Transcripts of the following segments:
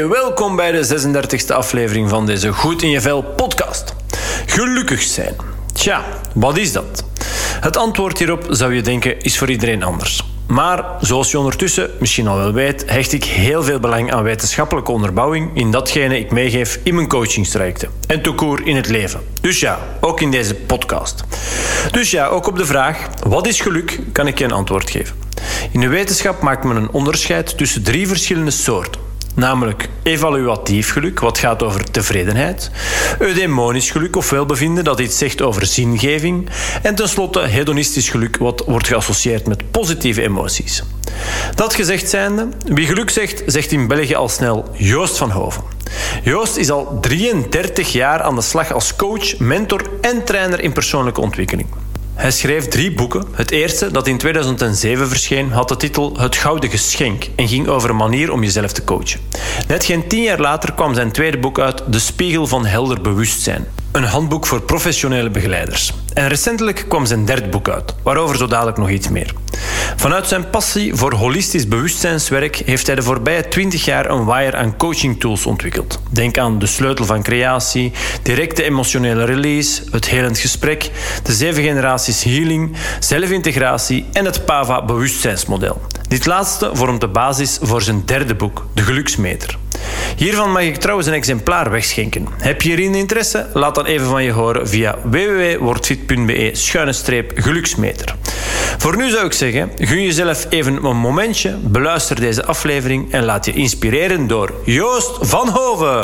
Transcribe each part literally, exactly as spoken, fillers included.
Hey, welkom bij de zesendertigste aflevering van deze Goed in je Vel podcast. Gelukkig zijn. Tja, wat is dat? Het antwoord hierop, zou je denken, is voor iedereen anders. Maar, zoals je ondertussen misschien al wel weet, hecht ik heel veel belang aan wetenschappelijke onderbouwing in datgene ik meegeef in mijn coachingstrajecten. En tout court in het leven. Dus ja, ook in deze podcast. Dus ja, ook op de vraag, wat is geluk, kan ik je een antwoord geven. In de wetenschap maakt men een onderscheid tussen drie verschillende soorten. Namelijk evaluatief geluk, wat gaat over tevredenheid. Eudemonisch geluk of welbevinden, dat iets zegt over zingeving. En tenslotte hedonistisch geluk, wat wordt geassocieerd met positieve emoties. Dat gezegd zijnde, wie geluk zegt, zegt in België al snel Joost van Hoven. Joost is al drieëndertig jaar aan de slag als coach, mentor en trainer in persoonlijke ontwikkeling. Hij schreef drie boeken. Het eerste, dat in tweeduizend zeven verscheen, had de titel Het Gouden Geschenk en ging over een manier om jezelf te coachen. Net geen tien jaar later kwam zijn tweede boek uit, De Spiegel van Helder Bewustzijn. Een handboek voor professionele begeleiders. En recentelijk kwam zijn derde boek uit, waarover zo dadelijk nog iets meer. Vanuit zijn passie voor holistisch bewustzijnswerk heeft hij de voorbije twintig jaar een waaier aan coaching tools ontwikkeld. Denk aan de sleutel van creatie, directe emotionele release, het helend gesprek, de zeven generaties healing, zelfintegratie en het P A V A bewustzijnsmodel. Dit laatste vormt de basis voor zijn derde boek, De Geluksmeter. Hiervan mag ik trouwens een exemplaar wegschenken. Heb je hierin interesse? Laat dan even van je horen via w w w punt wordfit punt b e schuine streep geluksmeter. Voor nu zou ik zeggen, gun jezelf even een momentje, beluister deze aflevering en laat je inspireren door Joost van Hoven.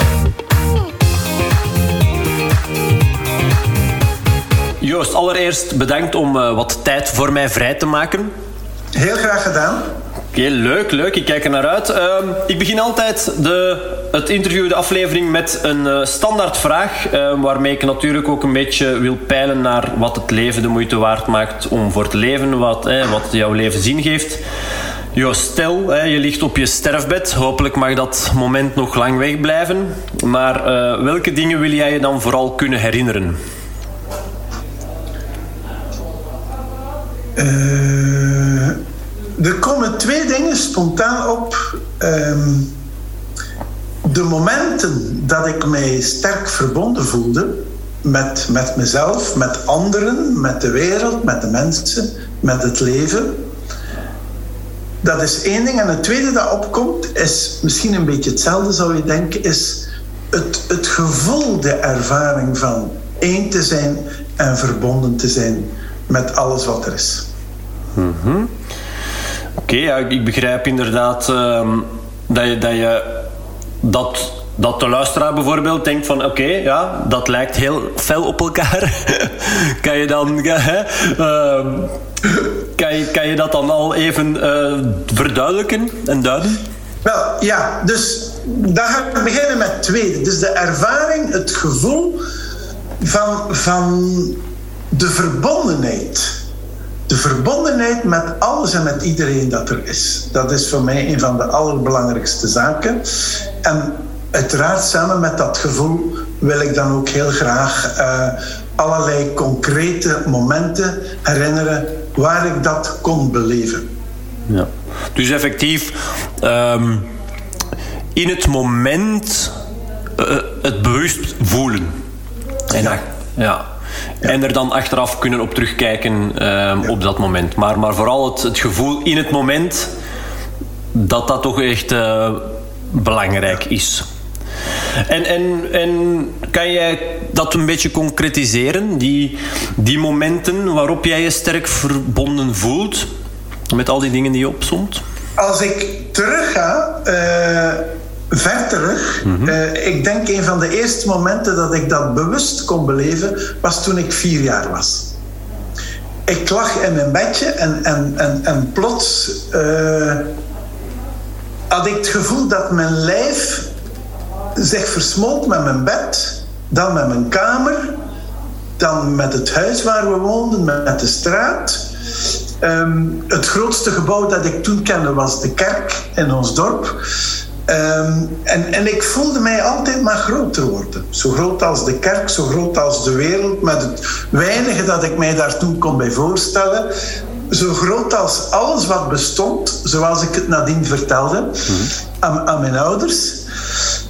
Joost, allereerst bedankt om uh, wat tijd voor mij vrij te maken. Heel graag gedaan. Oké, okay, leuk, leuk. Ik kijk er naar uit. Uh, ik begin altijd de, het interview, de aflevering, met een uh, standaard vraag. Uh, waarmee ik natuurlijk ook een beetje wil peilen naar wat het leven de moeite waard maakt om voor te leven. Wat, eh, wat jouw leven zin geeft. Joost, stel, eh, je ligt op je sterfbed. Hopelijk mag dat moment nog lang wegblijven. Maar uh, welke dingen wil jij je dan vooral kunnen herinneren? Uh, er komen twee dingen spontaan op. Um, de momenten dat ik mij sterk verbonden voelde met, met mezelf, met anderen, met de wereld, met de mensen, met het leven. Dat is één ding. En het tweede dat opkomt is misschien een beetje hetzelfde, zou je denken, is het, het gevoel, de ervaring van één te zijn en verbonden te zijn met alles wat er is. Mm-hmm. Oké, okay, ja, ik begrijp inderdaad uh, dat je, dat, je dat, dat de luisteraar bijvoorbeeld denkt van oké, okay, ja, dat lijkt heel fel op elkaar. Kan je dan uh, kan, je, kan je dat dan al even uh, verduidelijken en duiden? Wel, ja, dus dan ga ik beginnen met het tweede. Dus de ervaring, het gevoel van, van de verbondenheid. De verbondenheid met alles en met iedereen dat er is. Dat is voor mij een van de allerbelangrijkste zaken. En uiteraard samen met dat gevoel wil ik dan ook heel graag uh, allerlei concrete momenten herinneren waar ik dat kon beleven. Ja. Dus effectief, um, in het moment uh, het bewust voelen. En ja. ja. Ja. En er dan achteraf kunnen op terugkijken um, ja. op dat moment. Maar, maar vooral het, het gevoel in het moment dat dat toch echt uh, belangrijk is. En, en, en kan jij dat een beetje concretiseren? Die, die momenten waarop jij je sterk verbonden voelt met al die dingen die je opsomt? Als ik terug ga... Uh... Ver terug. Mm-hmm. Uh, ik denk een van de eerste momenten dat ik dat bewust kon beleven was toen ik vier jaar was. Ik lag in mijn bedje en, en, en, en plots uh, had ik het gevoel dat mijn lijf zich versmolt met mijn bed, dan met mijn kamer, dan met het huis waar we woonden, met de straat. Um, het grootste gebouw dat ik toen kende was de kerk in ons dorp. Um, en, en ik voelde mij altijd maar groter worden. Zo groot als de kerk, zo groot als de wereld. Met het weinige dat ik mij daar toen kon bij voorstellen. Zo groot als alles wat bestond, zoals ik het nadien vertelde mm-hmm. aan, aan mijn ouders.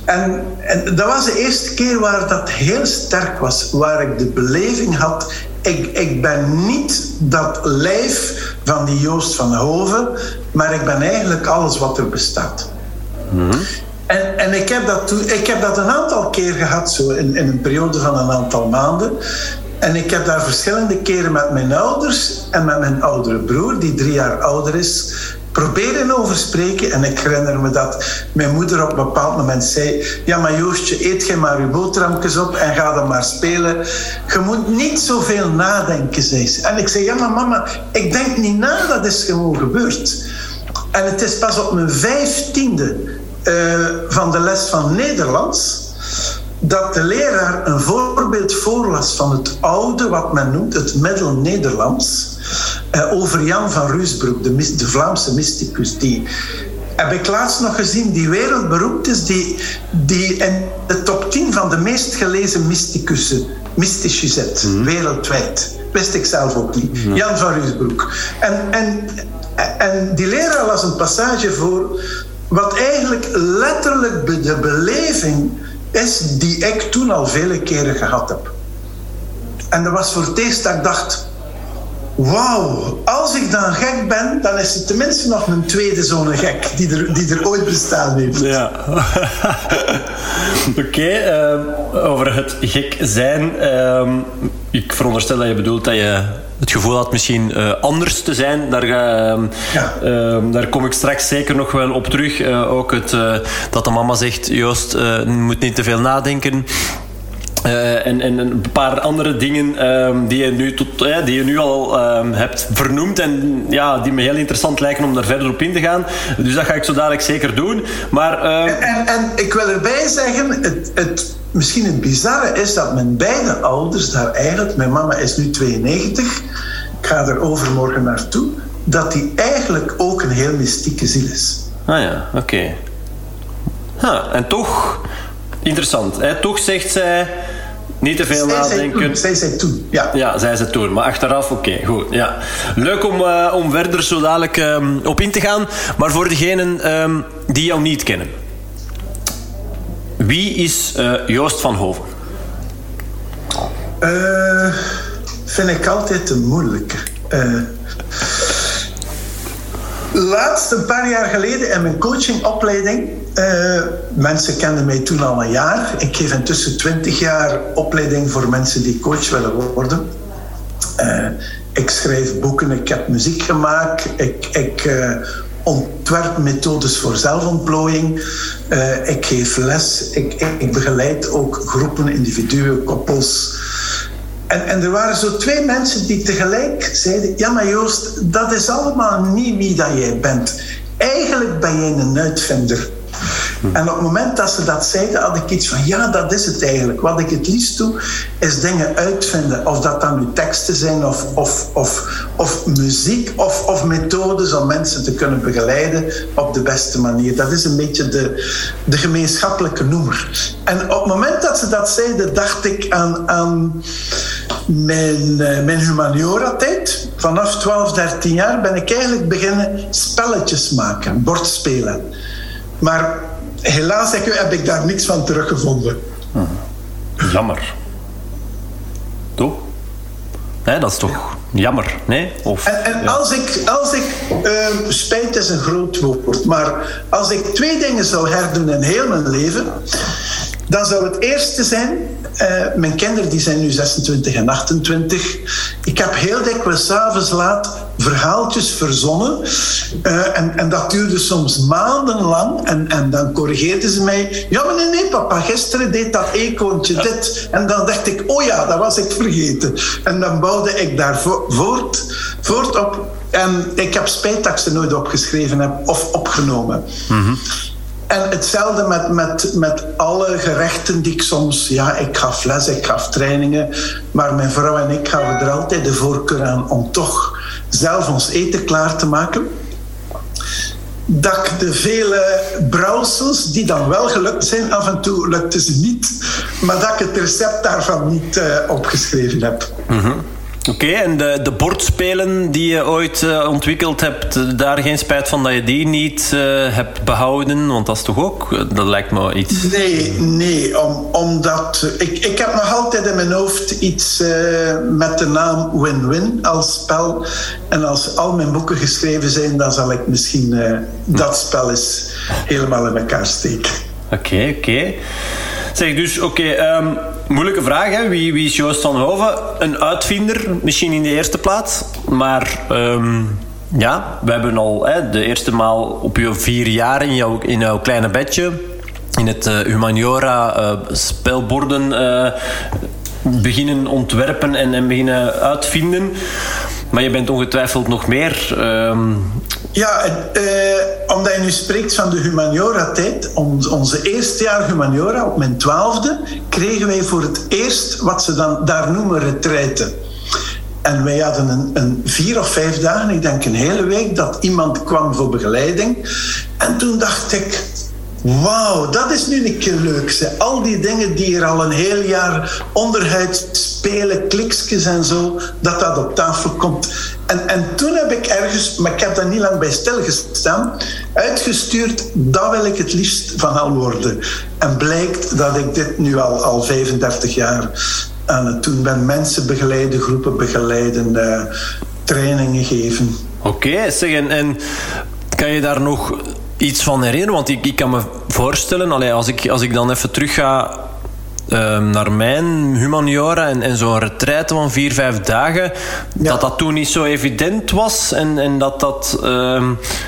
En, en dat was de eerste keer waar dat heel sterk was. Waar ik de beleving had... Ik, ik ben niet dat lijf van die Joost van Hove, maar ik ben eigenlijk alles wat er bestaat. Mm-hmm. En, en ik, heb dat toen, ik heb dat een aantal keer gehad, zo in, in een periode van een aantal maanden. En ik heb daar verschillende keren met mijn ouders en met mijn oudere broer, die drie jaar ouder is, proberen over spreken. En ik herinner me dat mijn moeder op een bepaald moment zei... Ja, maar Joostje, eet jij maar je boterhammetjes op en ga dan maar spelen. Je moet niet zoveel nadenken, zei ze. En ik zei, ja, maar mama, ik denk niet na, dat is gewoon gebeurd. En het is pas op mijn vijftiende uh, van de les van Nederlands... dat de leraar een voorbeeld voorlas van het oude, wat men noemt het Middel-Nederlands... Uh, over Jan van Ruysbroek, de, de Vlaamse mysticus. Die heb ik laatst nog gezien, die wereldberoemd is, die, die in de top tien van de meest gelezen mysticussen, mystici zit, mm. wereldwijd. Wist ik zelf ook niet. Mm. Jan van Ruysbroek. En, en, en die leraar las een passage voor, wat eigenlijk letterlijk de beleving is die ik toen al vele keren gehad heb. En dat was voor het eerst dat ik dacht... Wauw, als ik dan gek ben, dan is het tenminste nog mijn tweede zo'n gek die er, die er ooit bestaan heeft. Ja. Oké, okay, uh, over het gek zijn. Uh, ik veronderstel dat je bedoelt dat je het gevoel had misschien uh, anders te zijn. Daar, uh, ja. uh, daar kom ik straks zeker nog wel op terug. Uh, ook het, uh, dat de mama zegt, Joost, uh, je moet niet te veel nadenken. Uh, en, en een paar andere dingen um, die, je nu tot, uh, die je nu al um, hebt vernoemd en ja, die me heel interessant lijken om daar verder op in te gaan. Dus dat ga ik zo dadelijk zeker doen. Maar, uh... en, en, en ik wil erbij zeggen, het, het, misschien het bizarre is dat mijn beide ouders daar eigenlijk, mijn mama is nu tweeënnegentig, ik ga er overmorgen naartoe, dat die eigenlijk ook een heel mystieke ziel is. Ah ja, oké. Okay. Huh, en toch... Interessant. Hè? Toch zegt zij niet te veel zij nadenken. Zij zei toen, ja. Ja, zij zei toen. Maar achteraf, oké, okay, goed. Ja. Leuk om, uh, om verder zo dadelijk um, op in te gaan. Maar voor degenen um, die jou niet kennen. Wie is uh, Joost van Hove? Uh, vind ik altijd een moeilijke. Uh, laatst, een paar jaar geleden, in mijn coachingopleiding... Uh, mensen kenden mij toen al een jaar. Ik geef intussen twintig jaar opleiding voor mensen die coach willen worden. Uh, ik schrijf boeken, ik heb muziek gemaakt. Ik, ik uh, ontwerp methodes voor zelfontplooiing. Uh, ik geef les. Ik, ik, ik begeleid ook groepen, individuen, koppels. En, en er waren zo twee mensen die tegelijk zeiden... Ja, maar Joost, dat is allemaal niet wie dat jij bent. Eigenlijk ben jij een uitvinder. En op het moment dat ze dat zeiden, had ik iets van... Ja, dat is het eigenlijk. Wat ik het liefst doe, is dingen uitvinden. Of dat dan nu teksten zijn, of, of, of, of muziek, of, of methodes om mensen te kunnen begeleiden op de beste manier. Dat is een beetje de, de gemeenschappelijke noemer. En op het moment dat ze dat zeiden, dacht ik aan, aan mijn, mijn humaniora-tijd. Vanaf twaalf, dertien jaar ben ik eigenlijk beginnen spelletjes maken, bordspelen. Maar helaas heb ik daar niks van teruggevonden. Hmm. Jammer. Toch? Nee, dat is toch jammer, nee? Of, en en ja. als ik... Als ik uh, spijt is een groot woord, maar als ik twee dingen zou herdoen in heel mijn leven, dan zou het eerste zijn... Uh, mijn kinderen die zijn nu zesentwintig en achtentwintig. Ik heb heel dikwijls 's avonds laat verhaaltjes verzonnen. Uh, en, en dat duurde soms maandenlang. En, en dan corrigeerden ze mij. Ja, maar nee, nee, papa, gisteren deed dat eekhoorntje dit. En dan dacht ik, oh ja, dat was ik vergeten. En dan bouwde ik daar vo- voort, voort op. En ik heb spijt dat ik ze nooit opgeschreven heb of opgenomen. Mm-hmm. En hetzelfde met, met, met alle gerechten die ik soms... Ja, ik gaf les, ik gaf trainingen. Maar mijn vrouw en ik gaven er altijd de voorkeur aan om toch zelf ons eten klaar te maken. Dat ik de vele brouwsels, die dan wel gelukt zijn, af en toe lukten ze niet. Maar dat ik het recept daarvan niet uh, opgeschreven heb. Mm-hmm. Oké, okay, en de, de bordspelen die je ooit uh, ontwikkeld hebt, daar geen spijt van dat je die niet uh, hebt behouden? Want dat is toch ook, dat lijkt me iets... Nee, nee, om, omdat... Ik, ik heb nog altijd in mijn hoofd iets uh, met de naam Win-Win als spel. En als al mijn boeken geschreven zijn, dan zal ik misschien uh, dat spel eens helemaal in elkaar steken. Oké, okay, oké. Okay. Zeg, dus oké, okay, um, moeilijke vraag, hè? Wie, wie is Joost van Hoven? Een uitvinder, misschien in de eerste plaats. Maar um, ja, we hebben al hè, de eerste maal op je vier jaar in jouw, in jouw kleine bedje, in het uh, Humaniora uh, spelborden uh, beginnen ontwerpen en, en beginnen uitvinden. Maar je bent ongetwijfeld nog meer... Um, Ja, uh, omdat je nu spreekt van de humaniora-tijd, on, onze eerste jaar humaniora, op mijn twaalfde, kregen wij voor het eerst wat ze dan daar noemen retraite. En wij hadden een, een vier of vijf dagen, ik denk een hele week, dat iemand kwam voor begeleiding. En toen dacht ik... Wauw, dat is nu een keer leuk. Hè. Al die dingen die er al een heel jaar onderhuid spelen, kliksjes en zo, dat dat op tafel komt. En, en toen heb ik ergens, maar ik heb daar niet lang bij stilgestaan, uitgestuurd, dat wil ik het liefst van al worden. En blijkt dat ik dit nu al, al vijfendertig jaar aan het doen ben. Mensen begeleiden, groepen begeleiden, uh, trainingen geven. Oké, okay, zeg, en, en kan je daar nog... iets van herinneren, want ik, ik kan me voorstellen, allee, als, ik, als ik dan even terug ga uh, naar mijn humaniora en, en zo'n retraite van vier, vijf dagen, ja. dat dat toen niet zo evident was en, en dat dat... Uh,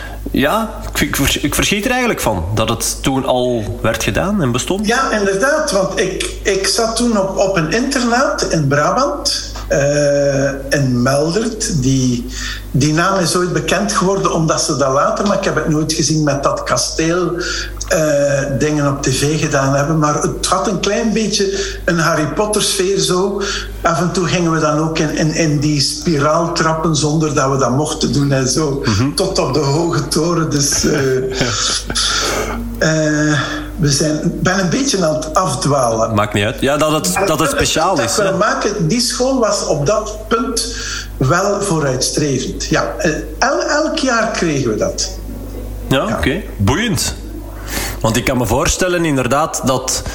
ja, ik, ik, ik verschiet er eigenlijk van dat het toen al werd gedaan en bestond. Ja, inderdaad, want ik, ik zat toen op, op een internaat in Brabant... Uh, in Meldert. Die, die naam is ooit bekend geworden omdat ze dat later, maar ik heb het nooit gezien met dat kasteel uh, dingen op tv gedaan hebben. Maar het had een klein beetje een Harry Potter sfeer zo. Af en toe gingen we dan ook in, in, in die spiraaltrappen zonder dat we dat mochten doen en zo. Mm-hmm. Tot op de hoge toren. Dus... Uh, uh, We zijn, ben een beetje aan het afdwalen. Maakt niet uit. Ja, dat het, dat het speciaal is. Dat maken, die school was op dat punt wel vooruitstrevend. Ja, el, elk jaar kregen we dat. Ja, ja. Oké. Okay. Boeiend. Want ik kan me voorstellen inderdaad dat...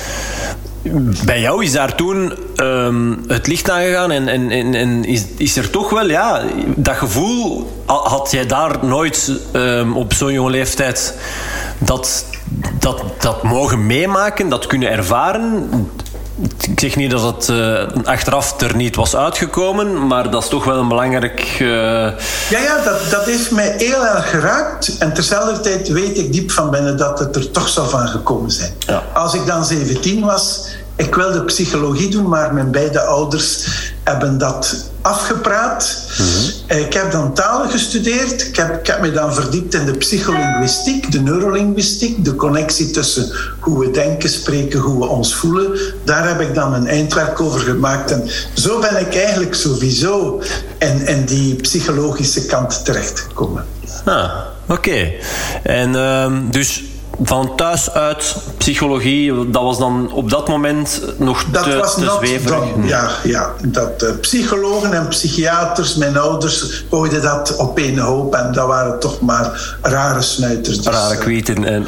Bij jou is daar toen um, het licht aangegaan en, en, en, en is, is er toch wel, ja, dat gevoel, had jij daar nooit um, op zo'n jonge leeftijd dat, dat, dat mogen meemaken, dat kunnen ervaren? Ik zeg niet dat het uh, achteraf er niet was uitgekomen, maar dat is toch wel een belangrijk... Uh... Ja, ja, dat, dat heeft mij heel erg geraakt. En terzelfde tijd weet ik diep van binnen dat het er toch zou van gekomen zijn. Ja. Als ik dan zeventien was, ik wilde psychologie doen, maar mijn beide ouders hebben dat afgepraat. Mm-hmm. Ik heb dan talen gestudeerd. Ik heb, ik heb me dan verdiept in de psycholinguïstiek, de neurolinguïstiek, de connectie tussen hoe we denken, spreken, hoe we ons voelen. Daar heb ik dan een eindwerk over gemaakt. En zo ben ik eigenlijk sowieso in, in die psychologische kant terechtgekomen. Ah, oké. Okay. En uh, dus... Van thuis uit, psychologie, dat was dan op dat moment nog dat te, was te zweverig? Dan, ja, ja, dat uh, psychologen en psychiaters, mijn ouders, gooiden dat op één hoop en dat waren toch maar rare snuiters. Dus, rare kwieten. En,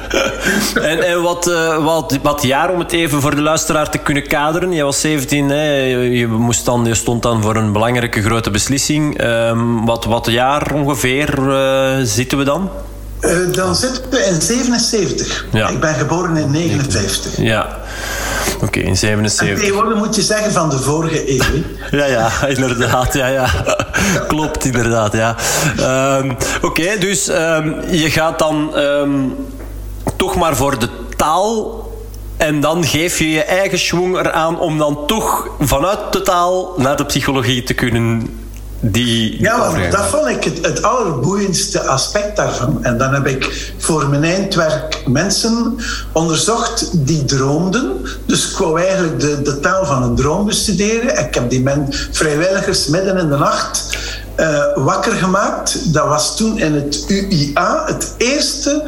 en, en wat, uh, wat, wat jaar om het even voor de luisteraar te kunnen kaderen. Je was zeventien, hè? Je, moest dan, je stond dan voor een belangrijke grote beslissing. Um, wat, wat jaar ongeveer uh, zitten we dan? Uh, dan zitten we in zevenenzeventig. Ja. Ik ben geboren in negenenvijftig. Ja, oké, okay, in zevenenzeventig. En tegenwoordig moet je zeggen van de vorige eeuw. ja, ja, inderdaad. Ja, ja. Klopt, inderdaad. Ja. Um, oké, okay, dus um, je gaat dan um, toch maar voor de taal... En dan geef je je eigen schwung eraan om dan toch vanuit de taal naar de psychologie te kunnen... Die ja, want dat vond ik het, het allerboeiendste aspect daarvan. En dan heb ik voor mijn eindwerk mensen onderzocht die droomden. Dus ik wou eigenlijk de, de taal van een droom bestuderen. Ik heb die men, vrijwilligers midden in de nacht uh, wakker gemaakt. Dat was toen in het U I A, het eerste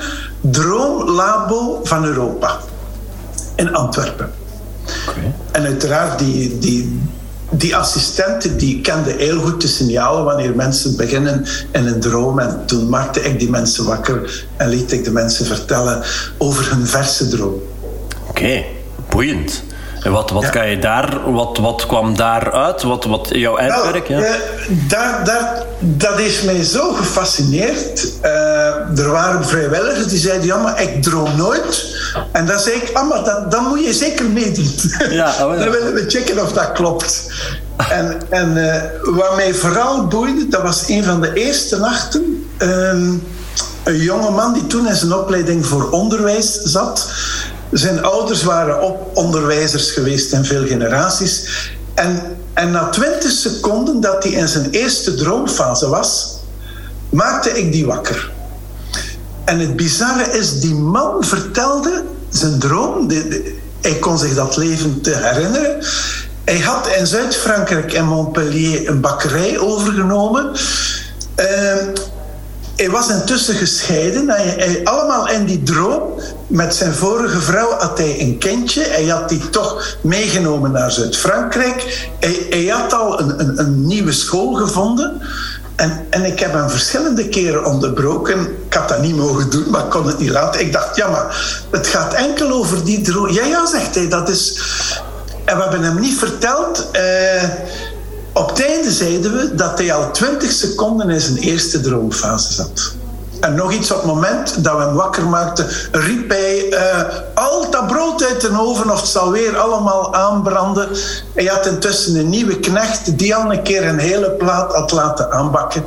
droomlabo van Europa. In Antwerpen. Okay. En uiteraard die... die die assistenten die kenden heel goed de signalen wanneer mensen beginnen in een droom. En toen maakte ik die mensen wakker en liet ik de mensen vertellen over hun verse droom. Oké, okay, boeiend. En wat, wat, ja. kan je daar, wat, wat kwam daaruit? Wat, wat jouw uitwerk? Nou, ja? uh, daar, daar, dat heeft mij zo gefascineerd. Uh, er waren vrijwilligers die zeiden, ja, maar ik droom nooit. En dan zei ik, ah, maar dat, dan moet je zeker meedoen. Ja, oh ja. Dan willen we checken of dat klopt. En, en uh, wat mij vooral boeide, dat was een van de eerste nachten. Um, een jonge man die toen in zijn opleiding voor onderwijs zat. Zijn ouders waren op onderwijzers geweest in veel generaties. En, en na twintig seconden dat hij in zijn eerste droomfase was, maakte ik die wakker. En het bizarre is, die man vertelde zijn droom. De, de, hij kon zich dat leven te herinneren. Hij had in Zuid-Frankrijk, in Montpellier, een bakkerij overgenomen. Uh, Hij was intussen gescheiden. Hij, hij, allemaal in die droom. Met zijn vorige vrouw had hij een kindje. Hij had die toch meegenomen naar Zuid-Frankrijk. Hij, hij had al een, een, een nieuwe school gevonden. En, en ik heb hem verschillende keren onderbroken. Ik had dat niet mogen doen, maar ik kon het niet laten. Ik dacht, ja, maar het gaat enkel over die droom. Ja, ja, zegt hij, dat is... En we hebben hem niet verteld... Uh, Op het einde zeiden we dat hij al twintig seconden in zijn eerste droomfase zat. En nog iets, op het moment dat we hem wakker maakten, riep hij... Uh, al dat brood uit de oven of het zal weer allemaal aanbranden. Hij had intussen een nieuwe knecht die al een keer een hele plaat had laten aanbakken.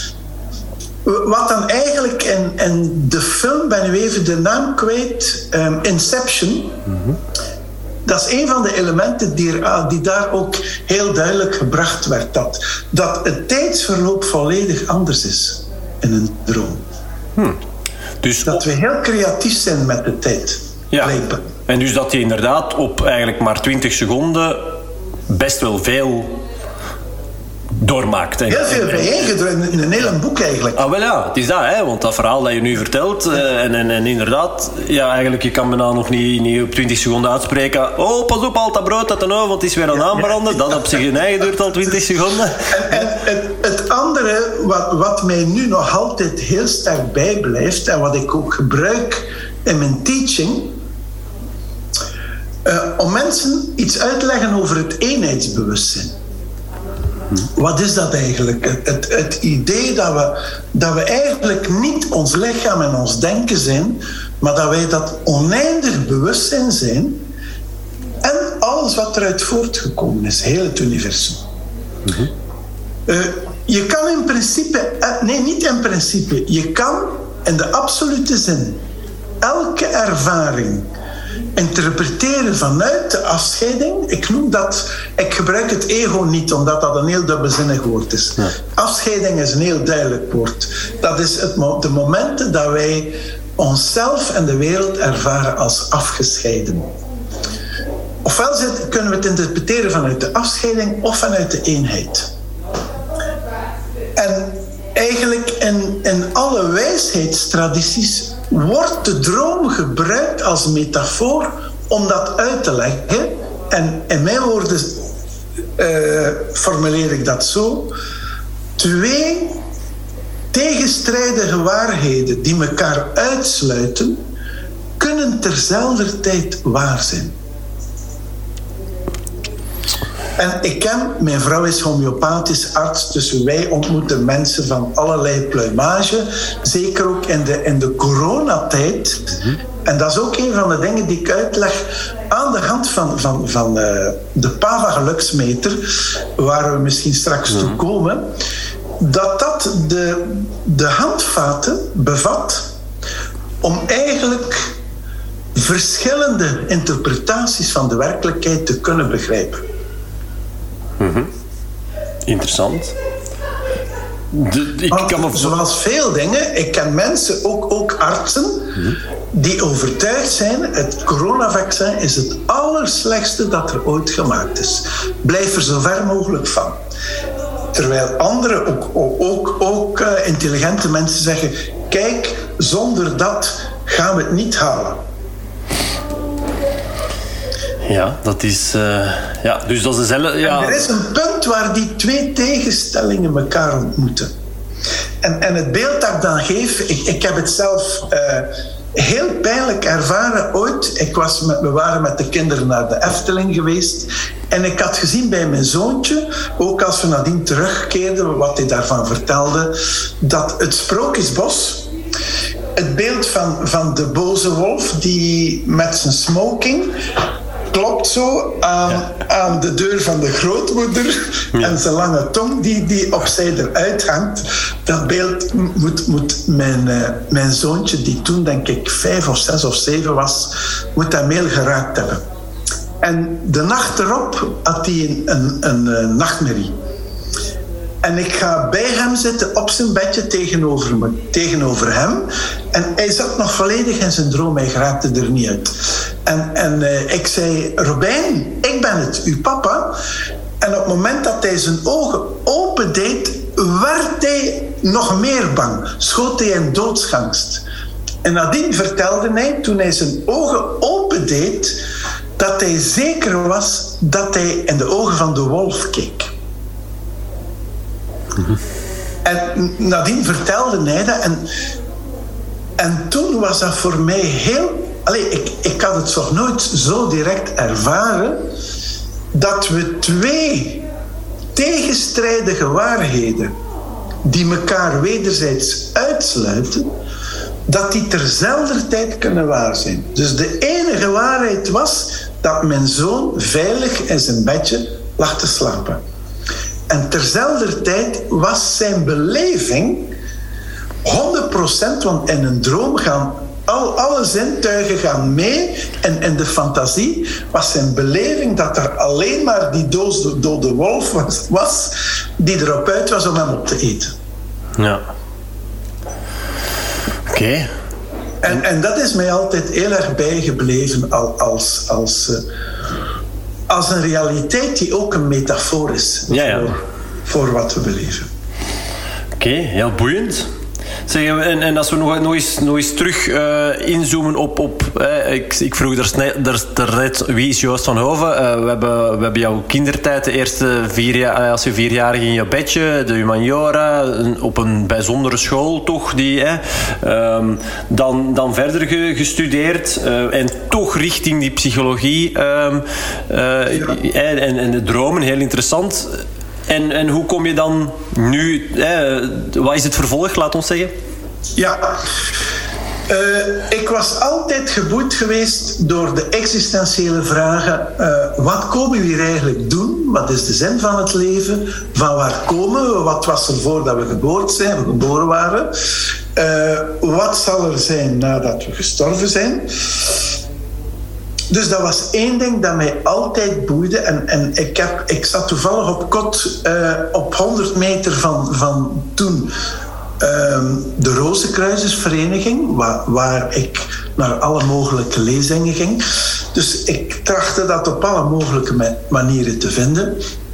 Wat dan eigenlijk in, in de film, ben nu even de naam kwijt, um, Inception... Mm-hmm. Dat is een van de elementen die, er, die daar ook heel duidelijk gebracht werd. Dat, dat het tijdsverloop volledig anders is in een droom. Hmm. Dus dat op... we heel creatief zijn met de tijd. Ja. En dus dat je inderdaad op eigenlijk maar twintig seconden best wel veel doormaakt. Heel veel bijeengedrukt, in een heel boek eigenlijk. Ah, wel ja, het is dat, hè, want dat verhaal dat je nu vertelt, uh, en, en, en inderdaad, ja, eigenlijk, je kan me nou nog niet, niet op twintig seconden uitspreken. Oh, pas op, al dat brood uit de oven, want het is weer aan aanbranden. Dat op zich in eigen duurt al twintig seconden. En, en het, het andere, wat, wat mij nu nog altijd heel sterk bijblijft, en wat ik ook gebruik in mijn teaching, uh, om mensen iets uit te leggen over het eenheidsbewustzijn. Wat is dat eigenlijk? Het, het, het idee dat we, dat we eigenlijk niet ons lichaam en ons denken zijn, maar dat wij dat oneindig bewustzijn zijn en alles wat eruit voortgekomen is, heel het universum. Mm-hmm. Uh, je kan in principe, nee, niet in principe, je kan in de absolute zin elke ervaring interpreteren vanuit de afscheiding. Ik noem dat, ik gebruik het ego niet, omdat dat een heel dubbelzinnig woord is. Ja. Afscheiding is een heel duidelijk woord. Dat is het, de momenten dat wij onszelf en de wereld ervaren als afgescheiden. Ofwel zit, kunnen we het interpreteren vanuit de afscheiding of vanuit de eenheid. En eigenlijk in, in alle wijsheidstradities wordt de droom gebruikt als metafoor om dat uit te leggen. En in mijn woorden uh, formuleer ik dat zo. Twee tegenstrijdige waarheden die elkaar uitsluiten, kunnen terzelfde tijd waar zijn. En ik ken, mijn vrouw is homeopathisch arts, dus wij ontmoeten mensen van allerlei pluimage. Zeker ook in de, in de coronatijd. Mm-hmm. En dat is ook een van de dingen die ik uitleg aan de hand van, van, van uh, de Pava-geluksmeter, waar we misschien straks mm-hmm. toe komen. Dat dat de, de handvaten bevat om eigenlijk verschillende interpretaties van de werkelijkheid te kunnen begrijpen. Mm-hmm. Interessant. De, ik kan me... Zoals veel dingen, ik ken mensen, ook, ook artsen, mm-hmm. die overtuigd zijn, het coronavaccin is het allerslechtste dat er ooit gemaakt is. Blijf er zo ver mogelijk van. Terwijl andere, ook, ook, ook uh, intelligente mensen zeggen, kijk, zonder dat gaan we het niet halen. Ja, dat is... Uh, ja, dus dat is dezelfde... Ja. En er is een punt waar die twee tegenstellingen elkaar ontmoeten. En, en het beeld dat ik dan geef... Ik, ik heb het zelf uh, heel pijnlijk ervaren ooit. Ik was met, we waren met de kinderen naar de Efteling geweest. En ik had gezien bij mijn zoontje, ook als we nadien terugkeerden, wat hij daarvan vertelde, dat het Sprookjesbos... Het beeld van, van de boze wolf die met zijn smoking klopt zo aan, ja. aan de deur van de grootmoeder ja. en zijn lange tong die, die opzij eruit hangt. Dat beeld moet, moet mijn, uh, mijn zoontje, die toen denk ik vijf of zes of zeven was, moet dat meel geraakt hebben. En de nacht erop had hij een, een, een, een nachtmerrie. En ik ga bij hem zitten op zijn bedje tegenover, me, tegenover hem. En hij zat nog volledig in zijn droom. Hij raakte er niet uit. En, en uh, ik zei, Robijn, ik ben het, uw papa. En op het moment dat hij zijn ogen opendeed, werd hij nog meer bang. Schoot hij in doodsangst. En nadien vertelde hij, toen hij zijn ogen opendeed, dat hij zeker was dat hij in de ogen van de wolf keek. En nadien vertelde hij dat. En, en toen was dat voor mij heel... Allee, ik, ik had het nog nooit zo direct ervaren dat we twee tegenstrijdige waarheden die elkaar wederzijds uitsluiten, dat die terzelfde tijd kunnen waar zijn. Dus de enige waarheid was dat mijn zoon veilig in zijn bedje lag te slapen. En terzelfde tijd was zijn beleving honderd procent, want in een droom gaan al, alle zintuigen gaan mee. En in de fantasie was zijn beleving dat er alleen maar die dode, dode wolf was, was die erop uit was om hem op te eten. Ja. Oké. Okay. En, en dat is mij altijd heel erg bijgebleven als... als uh, als een realiteit die ook een metafoor is ja, ja. Voor, voor wat we beleven. Oké, okay, heel boeiend. Zeg, en, en als we nog, nog, eens, nog eens terug uh, inzoomen op... op eh, ik, ik vroeg er net, er net wie is Joost van Hoven. Uh, we, hebben, we hebben jouw kindertijd, de eerste vier jaar, als je vierjarig in je bedje, de humaniora, een, op een bijzondere school toch, die, eh, um, dan, dan verder ge, gestudeerd uh, en toch richting die psychologie um, uh, ja. en, en de dromen, heel interessant. En, en hoe kom je dan nu... Eh, wat is het vervolg, laat ons zeggen? Ja, uh, ik was altijd geboeid geweest door de existentiële vragen. Uh, wat komen we hier eigenlijk doen? Wat is de zin van het leven? Van waar komen we? Wat was er voordat we geboren zijn, we geboren waren? Uh, wat zal er zijn nadat we gestorven zijn? Dus dat was één ding dat mij altijd boeide. En, en ik, heb, ik zat toevallig op kot uh, op honderd meter van, van toen uh, de Rozenkruisersvereniging, waar, waar ik naar alle mogelijke lezingen ging. Dus ik trachtte dat op alle mogelijke manieren te vinden.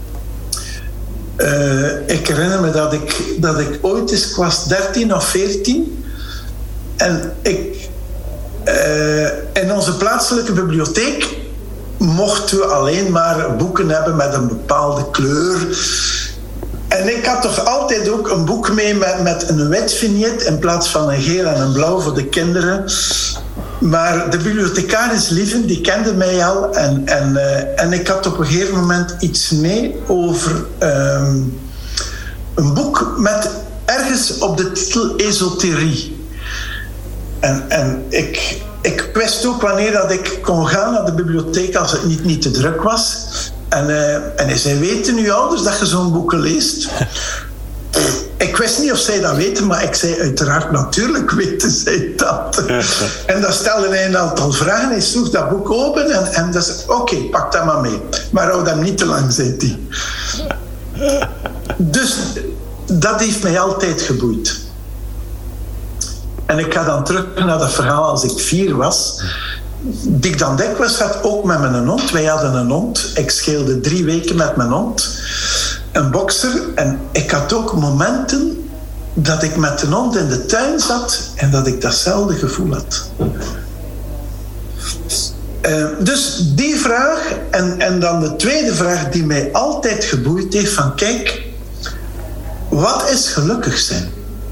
Uh, ik herinner me dat ik, dat ik ooit eens, ik was dertien of veertien en ik... Uh, in onze plaatselijke bibliotheek mochten we alleen maar boeken hebben met een bepaalde kleur. En ik had toch altijd ook een boek mee met, met een wit vignet in plaats van een geel en een blauw voor de kinderen. Maar de bibliothecaris Lieven, die kende mij al. En, en, uh, en ik had op een gegeven moment iets mee over um, een boek met ergens op de titel Esoterie. En, en ik, ik wist ook wanneer dat ik kon gaan naar de bibliotheek als het niet, niet te druk was. En, uh, en hij zei, weten uw ouders dat je zo'n boeken leest? Ik wist niet of zij dat weten, maar ik zei uiteraard, natuurlijk weten zij dat. En dan stelde hij een aantal vragen, hij sloeg dat boek open en, en dan zei oké, okay, pak dat maar mee. Maar hou dat niet te lang, zei hij. Dus dat heeft mij altijd geboeid. En ik ga dan terug naar dat verhaal als ik vier was. Die ik dan dikwijls had, ook met mijn hond. Wij hadden een hond. Ik scheelde drie weken met mijn hond. Een bokser. En ik had ook momenten dat ik met de hond in de tuin zat en dat ik datzelfde gevoel had. Uh, dus die vraag, en, en dan de tweede vraag die mij altijd geboeid heeft, van kijk, wat is gelukkig zijn?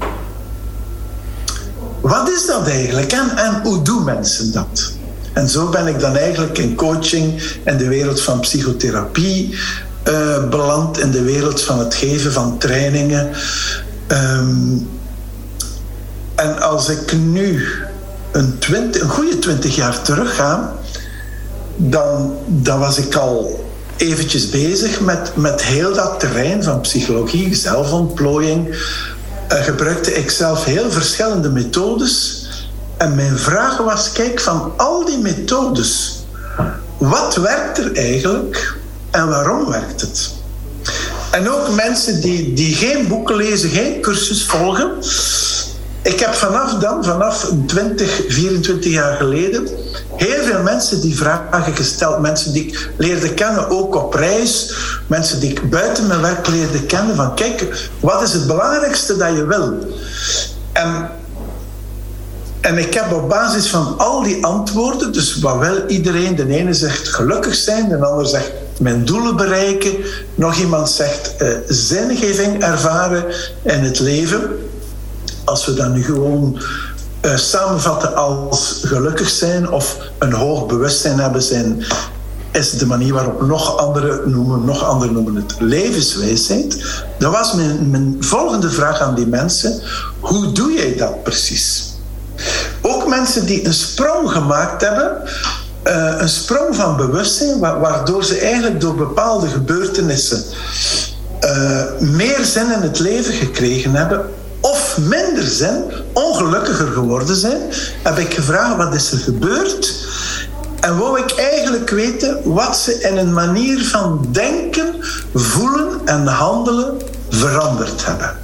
Wat is dat eigenlijk en, en hoe doen mensen dat? En zo ben ik dan eigenlijk in coaching en de wereld van psychotherapie uh, beland, in de wereld van het geven van trainingen. Um, en als ik nu een, twintig, een goede twintig jaar terug ga, dan, dan was ik al eventjes bezig met, met heel dat terrein van psychologie, zelfontplooiing. Uh, gebruikte ik zelf heel verschillende methodes. En mijn vraag was, kijk, van al die methodes, wat werkt er eigenlijk en waarom werkt het? En ook mensen die, die geen boeken lezen, geen cursus volgen. Ik heb vanaf dan, vanaf twintig, vierentwintig jaar geleden, heel veel mensen die vragen gesteld. Mensen die ik leerde kennen, ook op reis. Mensen die ik buiten mijn werk leerde kennen. Van kijk, wat is het belangrijkste dat je wil? En, en ik heb op basis van al die antwoorden, dus wat wil iedereen? De ene zegt gelukkig zijn, de ander zegt mijn doelen bereiken. Nog iemand zegt uh, zingeving ervaren in het leven. Als we dat nu gewoon uh, samenvatten als gelukkig zijn of een hoog bewustzijn hebben zijn, is de manier waarop nog anderen noemen, nog anderen noemen het levenswijsheid. Dat was mijn, mijn volgende vraag aan die mensen. Hoe doe jij dat precies? Ook mensen die een sprong gemaakt hebben, uh, een sprong van bewustzijn, wa- waardoor ze eigenlijk door bepaalde gebeurtenissen uh, meer zin in het leven gekregen hebben, of minder zin, ongelukkiger geworden zijn, heb ik gevraagd wat is er gebeurd. En wou ik eigenlijk weten wat ze in een manier van denken, voelen en handelen veranderd hebben.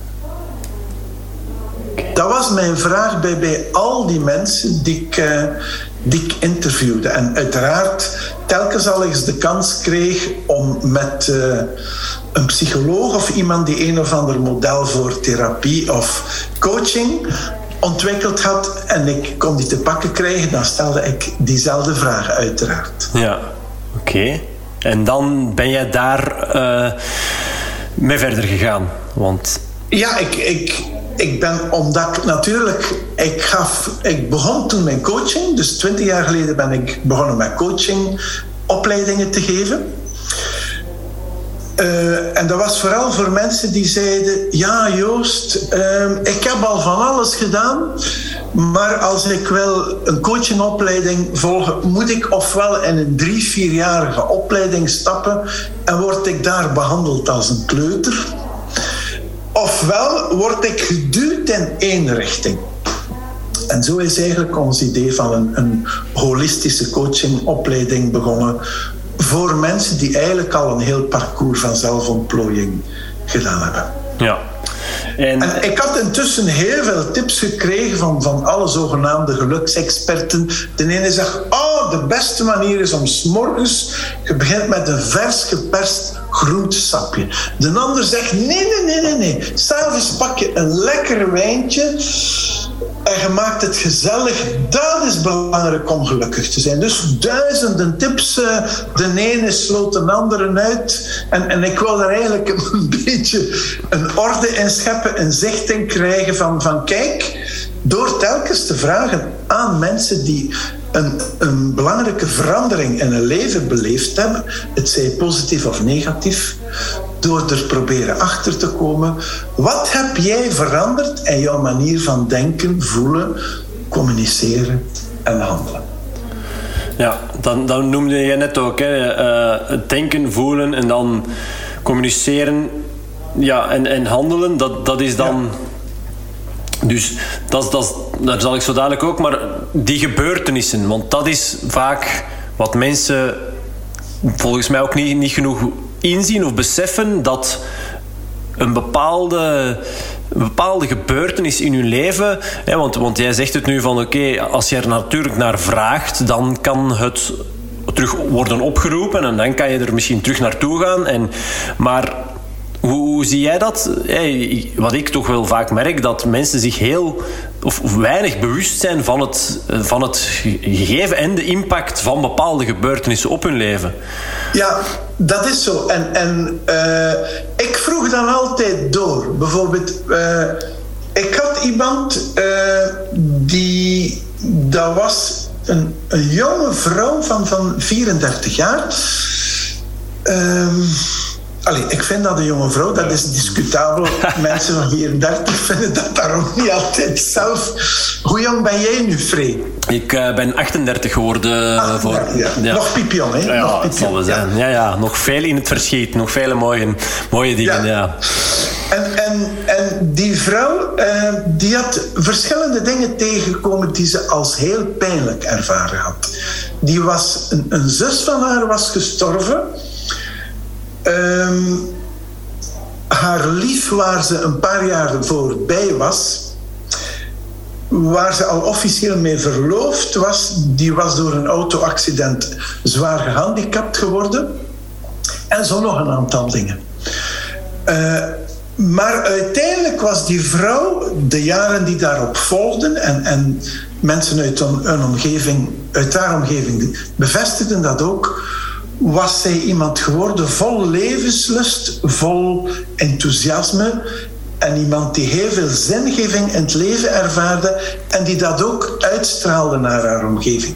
Dat was mijn vraag bij, bij al die mensen die ik, uh, die ik interviewde. En uiteraard, telkens al eens de kans kreeg om met uh, een psycholoog of iemand die een of ander model voor therapie of coaching ontwikkeld had en ik kon die te pakken krijgen, dan stelde ik diezelfde vragen uiteraard. Ja, oké. Okay. En dan ben jij daar uh, mee verder gegaan? Want... Ja, ik... ik Ik ben, omdat ik natuurlijk, ik gaf, ik begon toen mijn coaching, dus twintig jaar geleden ben ik begonnen met coachingopleidingen te geven. Uh, en dat was vooral voor mensen die zeiden, ja Joost, uh, ik heb al van alles gedaan, maar als ik wil een coachingopleiding volgen, moet ik ofwel in een drie, vierjarige opleiding stappen en word ik daar behandeld als een kleuter, ofwel word ik geduwd in één richting. En zo is eigenlijk ons idee van een, een holistische coachingopleiding begonnen voor mensen die eigenlijk al een heel parcours van zelfontplooiing gedaan hebben. Ja. En... en ik had intussen heel veel tips gekregen van, van alle zogenaamde geluksexperten. De ene zegt, oh, de beste manier is om 's morgens, je begint met een vers geperst groentesapje. De ander zegt, nee, nee, nee, nee, nee. 's Avonds pak je een lekker wijntje en je maakt het gezellig. Dat is belangrijk om gelukkig te zijn. Dus duizenden tips. De ene sloot de andere uit. En, en ik wil daar eigenlijk een beetje een orde in scheppen, een zicht in krijgen van, van kijk, door telkens te vragen aan mensen die een, een belangrijke verandering in hun leven beleefd hebben, het zij positief of negatief, door er proberen achter te komen, wat heb jij veranderd in jouw manier van denken, voelen, communiceren en handelen? Ja, dan, dan noemde je net ook, hè, uh, het denken, voelen en dan communiceren, ja, en, en handelen, dat, dat is dan... Ja. Dus dat, dat, dat zal ik zo dadelijk ook, maar die gebeurtenissen, want dat is vaak wat mensen volgens mij ook niet, niet genoeg inzien of beseffen, dat een bepaalde, een bepaalde gebeurtenis in je leven, hè, want, want jij zegt het nu van oké, okay, als je er natuurlijk naar vraagt, dan kan het terug worden opgeroepen en dan kan je er misschien terug naartoe gaan. En, maar hoe, hoe zie jij dat? Hey, wat ik toch wel vaak merk, dat mensen zich heel of weinig bewust zijn van het, van het gegeven en de impact van bepaalde gebeurtenissen op hun leven. Ja, dat is zo. En, en uh, ik vroeg dan altijd door. Bijvoorbeeld, uh, ik had iemand uh, die, dat was een, een jonge vrouw van, van vierendertig jaar. Um, Allee, ik vind dat een jonge vrouw, dat is discutabel. Mensen van vierendertig vinden dat daarom niet altijd zelf. Hoe jong ben jij nu, Free? Ik uh, ben achtendertig geworden. achtendertig, voor... ja. Ja. Nog piepjong, hè? Ja, nog piepjong. Dat zal wel zijn. Ja. Ja, ja, nog veel in het verschiet. Nog vele mooie, mooie dingen, ja. ja. En, en, en die vrouw, uh, die had verschillende dingen tegengekomen die ze als heel pijnlijk ervaren had. Die was, een, een zus van haar was gestorven. Um, haar lief, waar ze een paar jaar voorbij was, waar ze al officieel mee verloofd was, die was door een auto-accident zwaar gehandicapt geworden. En zo nog een aantal dingen. Uh, maar uiteindelijk was die vrouw, de jaren die daarop volgden, en, en mensen uit een omgeving, uit haar omgeving bevestigden dat ook, was zij iemand geworden vol levenslust, vol enthousiasme en iemand die heel veel zingeving in het leven ervaarde en die dat ook uitstraalde naar haar omgeving.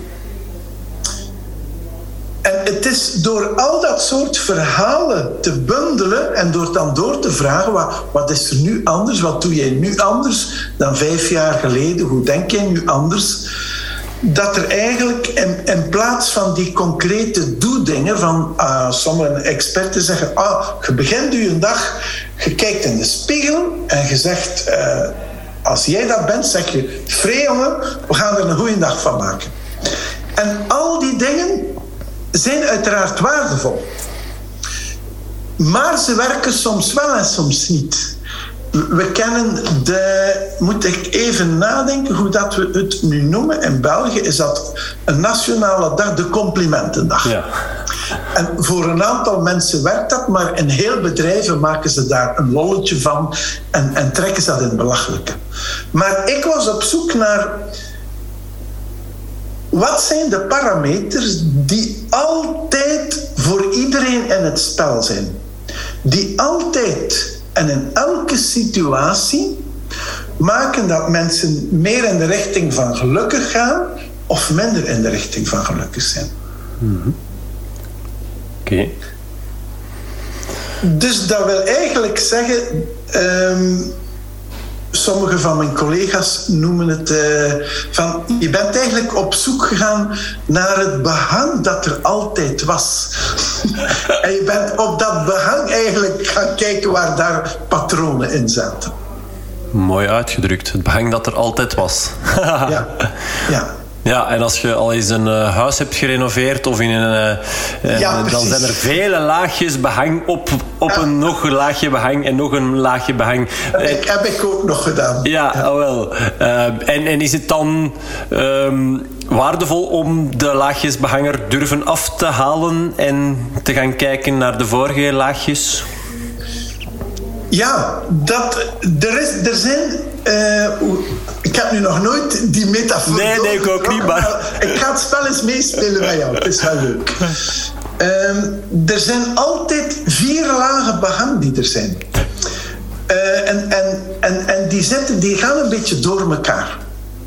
En het is door al dat soort verhalen te bundelen en door dan door te vragen, wat, wat is er nu anders, wat doe jij nu anders dan vijf jaar geleden, hoe denk jij nu anders, dat er eigenlijk in, in plaats van die concrete doedingen van uh, sommige experten zeggen, ah, je begint je dag, je kijkt in de spiegel en je zegt, uh, als jij dat bent, zeg je, vrij jongen, we gaan er een goede dag van maken. En al die dingen zijn uiteraard waardevol. Maar ze werken soms wel en soms niet. We kennen de... Moet ik even nadenken hoe dat we het nu noemen. In België is dat een nationale dag, de complimentendag. Ja. En voor een aantal mensen werkt dat, maar in heel bedrijven maken ze daar een lolletje van en, en trekken ze dat in het belachelijke. Maar ik was op zoek naar... Wat zijn de parameters die altijd voor iedereen in het spel zijn? Die altijd en in elke situatie maken dat mensen meer in de richting van gelukkig gaan of minder in de richting van gelukkig zijn. Mm-hmm. Oké. Okay. Dus dat wil eigenlijk zeggen... Um, sommige van mijn collega's noemen het uh, van... Je bent eigenlijk op zoek gegaan naar het behang dat er altijd was. En je bent op dat behang eigenlijk gaan kijken waar daar patronen in zaten. Mooi uitgedrukt. Het behang dat er altijd was. ja, ja. Ja, en als je al eens een uh, huis hebt gerenoveerd of in een, uh, ja, uh, dan zijn er vele laagjes behang op, op ja. een nog een laagje behang en nog een laagje behang. Dat heb, heb ik ook nog gedaan. Ja, ja. Oh wel. Uh, en, en is het dan um, waardevol om de laagjes behang er durven af te halen en te gaan kijken naar de vorige laagjes? Ja, dat, er, is, er zijn... Uh, ik heb nu nog nooit die metafoor... Nee, nee, ik ook niet, maar... Ik ga het spel eens meespelen met jou. Het is wel leuk. Um, er zijn altijd vier lagen behang die er zijn. Uh, en, en, en, en die, zitten, die gaan een beetje door elkaar.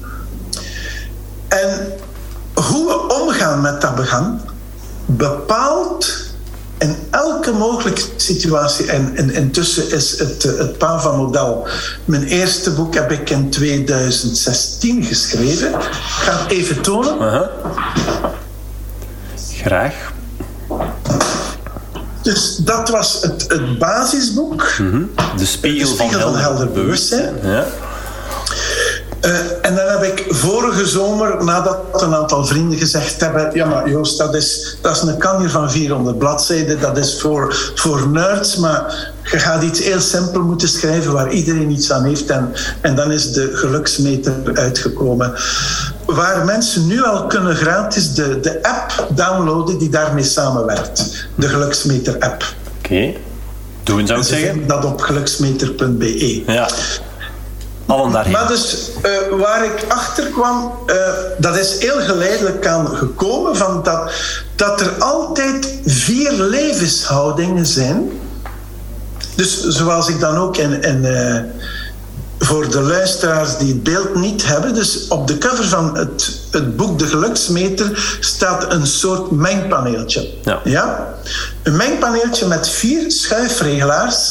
En hoe we omgaan met dat behang bepaalt... In elke mogelijke situatie, en, en intussen is het, het Pava-model. Mijn eerste boek heb ik in tweeduizend zestien geschreven. Ik ga het even tonen. Uh-huh. Graag. Dus dat was het, het basisboek. Mm-hmm. De spiegel, de spiegel van, van helder bewustzijn. Ja. Uh, en dan heb ik vorige zomer, nadat een aantal vrienden gezegd hebben... Ja, maar Joost, dat is, dat is een kanjer van vierhonderd bladzijden. Dat is voor, voor nerds, maar je gaat iets heel simpel moeten schrijven... waar iedereen iets aan heeft. En, en dan is de geluksmeter uitgekomen. Waar mensen nu al kunnen gratis de, de app downloaden die daarmee samenwerkt. De geluksmeter-app. Oké. Okay. Doen zou ik ze zeggen. vinden dat op geluksmeter punt b e. Ja. Allen daarheen. Maar dus uh, waar ik achter kwam, uh, dat is heel geleidelijk aan gekomen, van dat, dat er altijd vier levenshoudingen zijn. Dus zoals ik dan ook in, in, uh, voor de luisteraars die het beeld niet hebben, dus op de cover van het, het boek De Geluksmeter staat een soort mengpaneeltje. Ja. Ja? Een mengpaneeltje met vier schuifregelaars.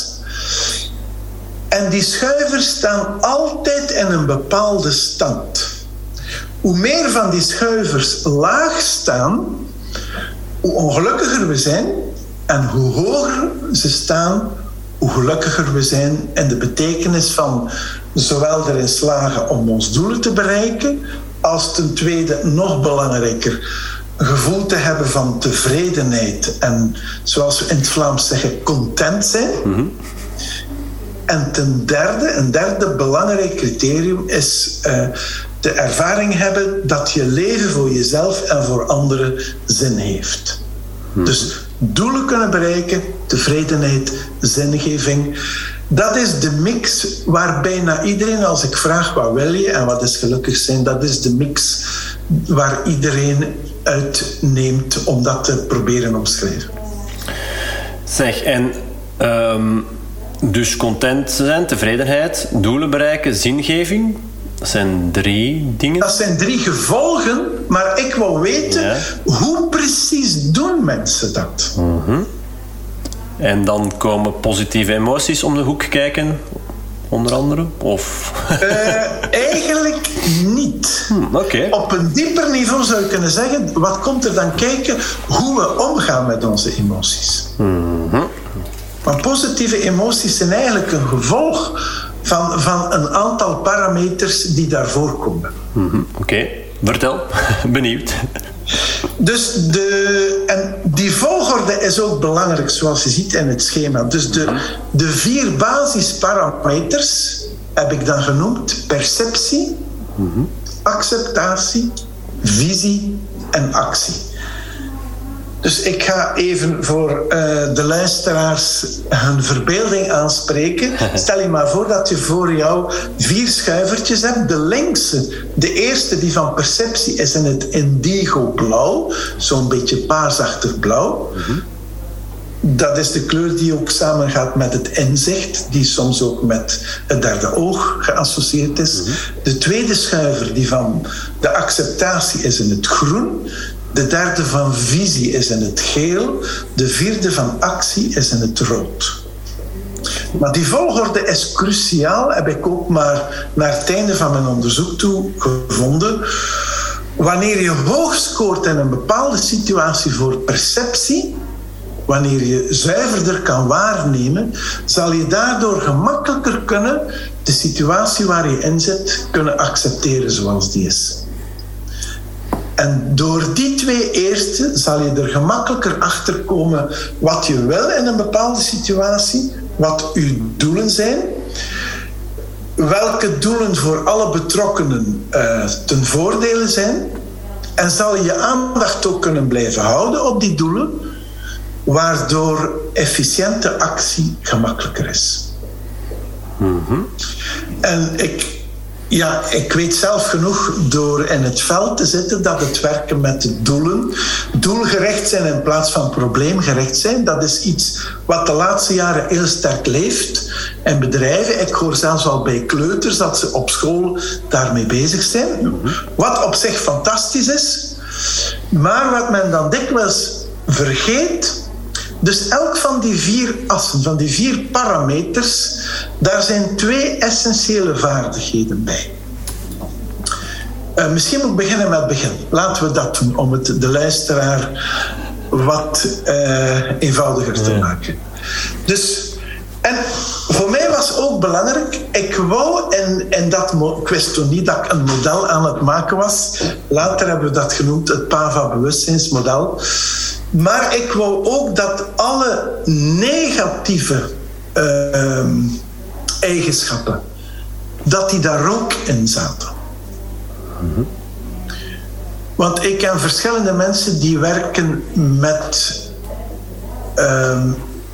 En die schuivers staan altijd in een bepaalde stand. Hoe meer van die schuivers laag staan, hoe ongelukkiger we zijn. En hoe hoger ze staan, hoe gelukkiger we zijn. En de betekenis van zowel erin slagen om ons doelen te bereiken, als ten tweede, nog belangrijker, een gevoel te hebben van tevredenheid. En zoals we in het Vlaams zeggen, content zijn. Mm-hmm. En ten derde, een derde belangrijk criterium is uh, de ervaring hebben dat je leven voor jezelf en voor anderen zin heeft. Hmm. Dus doelen kunnen bereiken, tevredenheid, zingeving. Dat is de mix waar bijna iedereen, als ik vraag wat wil je en wat is gelukkig zijn, dat is de mix waar iedereen uitneemt om dat te proberen omschrijven. Zeg, en... Um... Dus content zijn, tevredenheid, doelen bereiken, zingeving. Dat zijn drie dingen. Dat zijn drie gevolgen, maar ik wil weten, ja. Hoe precies doen mensen dat? Mm-hmm. En dan komen positieve emoties om de hoek kijken, onder andere? Of? uh, eigenlijk niet. Hmm, okay. Op een dieper niveau zou je kunnen zeggen, wat komt er dan kijken? Hoe we omgaan met onze emoties. Mm-hmm. Maar positieve emoties zijn eigenlijk een gevolg van, van een aantal parameters die daarvoor komen. Mm-hmm. Oké, okay. Vertel. Benieuwd. Dus de, en die volgorde is ook belangrijk, zoals je ziet in het schema. Dus de, de vier basisparameters heb ik dan genoemd: perceptie, mm-hmm. acceptatie, visie en actie. Dus ik ga even voor uh, de luisteraars hun verbeelding aanspreken. Stel je maar voor dat je voor jou vier schuivertjes hebt. De linkse, de eerste die van perceptie is in het indigo blauw. Zo'n beetje paarsachtig blauw. Mm-hmm. Dat is de kleur die ook samengaat met het inzicht, die soms ook met het derde oog geassocieerd is. Mm-hmm. De tweede schuiver die van de acceptatie is in het groen. De derde van visie is in het geel. De vierde van actie is in het rood. Maar die volgorde is cruciaal, heb ik ook maar naar het einde van mijn onderzoek toe gevonden. Wanneer je hoog scoort in een bepaalde situatie voor perceptie, wanneer je zuiverder kan waarnemen, zal je daardoor gemakkelijker kunnen de situatie waar je in zit kunnen accepteren zoals die is. En door die twee eerste zal je er gemakkelijker achter komen wat je wil in een bepaalde situatie, wat uw doelen zijn, welke doelen voor alle betrokkenen uh, ten voordele zijn, en zal je je aandacht ook kunnen blijven houden op die doelen, waardoor efficiënte actie gemakkelijker is. Mm-hmm. En ik... Ja, ik weet zelf genoeg door in het veld te zitten dat het werken met de doelen, doelgericht zijn in plaats van probleemgericht zijn, dat is iets wat de laatste jaren heel sterk leeft in bedrijven. Ik hoor zelfs al bij kleuters dat ze op school daarmee bezig zijn, wat op zich fantastisch is. Maar wat men dan dikwijls vergeet, dus elk van die vier assen, van die vier parameters, daar zijn twee essentiële vaardigheden bij. Uh, misschien moet ik beginnen met het begin. Laten we dat doen, om het de luisteraar wat uh, eenvoudiger te maken. Dus, en voor mij was ook belangrijk, ik wou in, in dat, ik wist toen niet dat ik een model aan het maken was. Later hebben we dat genoemd, het P A V A-bewustzijnsmodel. Maar ik wou ook dat alle negatieve uh, eigenschappen, dat die daar ook in zaten. Mm-hmm. Want ik ken verschillende mensen die werken met uh,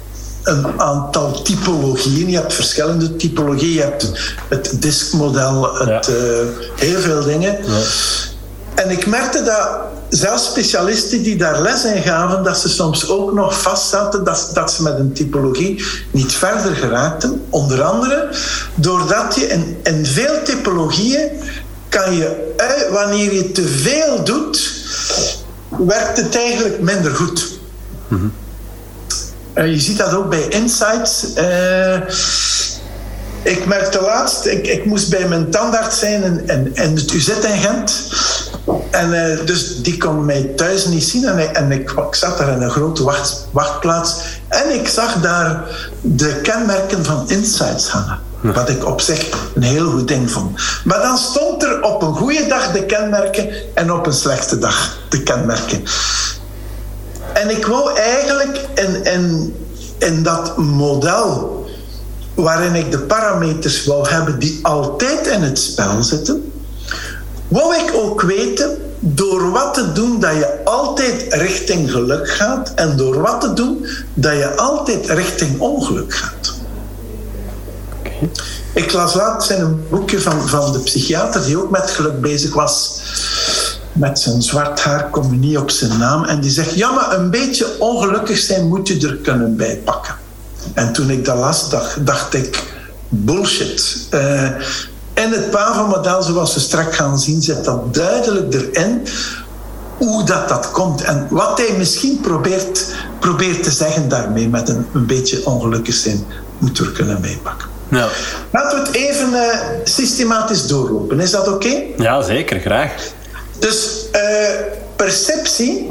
een aantal typologieën. Je hebt verschillende typologieën. Je hebt het diskmodel, het, ja. uh, heel veel dingen. Ja. En ik merkte dat zelfs specialisten die daar les in gaven, dat ze soms ook nog vastzaten dat, dat ze met een typologie niet verder geraakten. Onder andere doordat je in, in veel typologieën kan je, uit, wanneer je te veel doet, werkt het eigenlijk minder goed. Mm-hmm. Uh, je ziet dat ook bij Insights. Uh, ik merkte laatst, ik, ik moest bij mijn tandarts zijn in, in, in het U Z in Gent. En uh, dus die kon mij thuis niet zien. En, en ik, ik zat daar in een grote wacht, wachtplaats. En ik zag daar de kenmerken van Insights hangen. Wat ik op zich een heel goed ding vond. Maar dan stond er op een goede dag de kenmerken en op een slechte dag de kenmerken. En ik wou eigenlijk in, in, in dat model waarin ik de parameters wou hebben die altijd in het spel zitten, wou ik ook weten door wat te doen dat je altijd richting geluk gaat en door wat te doen dat je altijd richting ongeluk gaat. Okay. Ik las laatst in een boekje van, van de psychiater die ook met geluk bezig was. Met zijn zwart haar kom je niet op zijn naam. En die zegt, ja, maar een beetje ongelukkig zijn moet je er kunnen bij pakken. En toen ik dat las, dacht, dacht ik, bullshit. Uh, in het Pavo-model, zoals we straks gaan zien, zit dat duidelijk erin hoe dat, dat komt. En wat hij misschien probeert, probeert te zeggen daarmee, met een, een beetje ongelukkig zijn, moet er kunnen bijpakken. Ja. Laten we het even uh, systematisch doorlopen. Is dat oké? Okay? Ja, zeker. Graag. Dus uh, perceptie,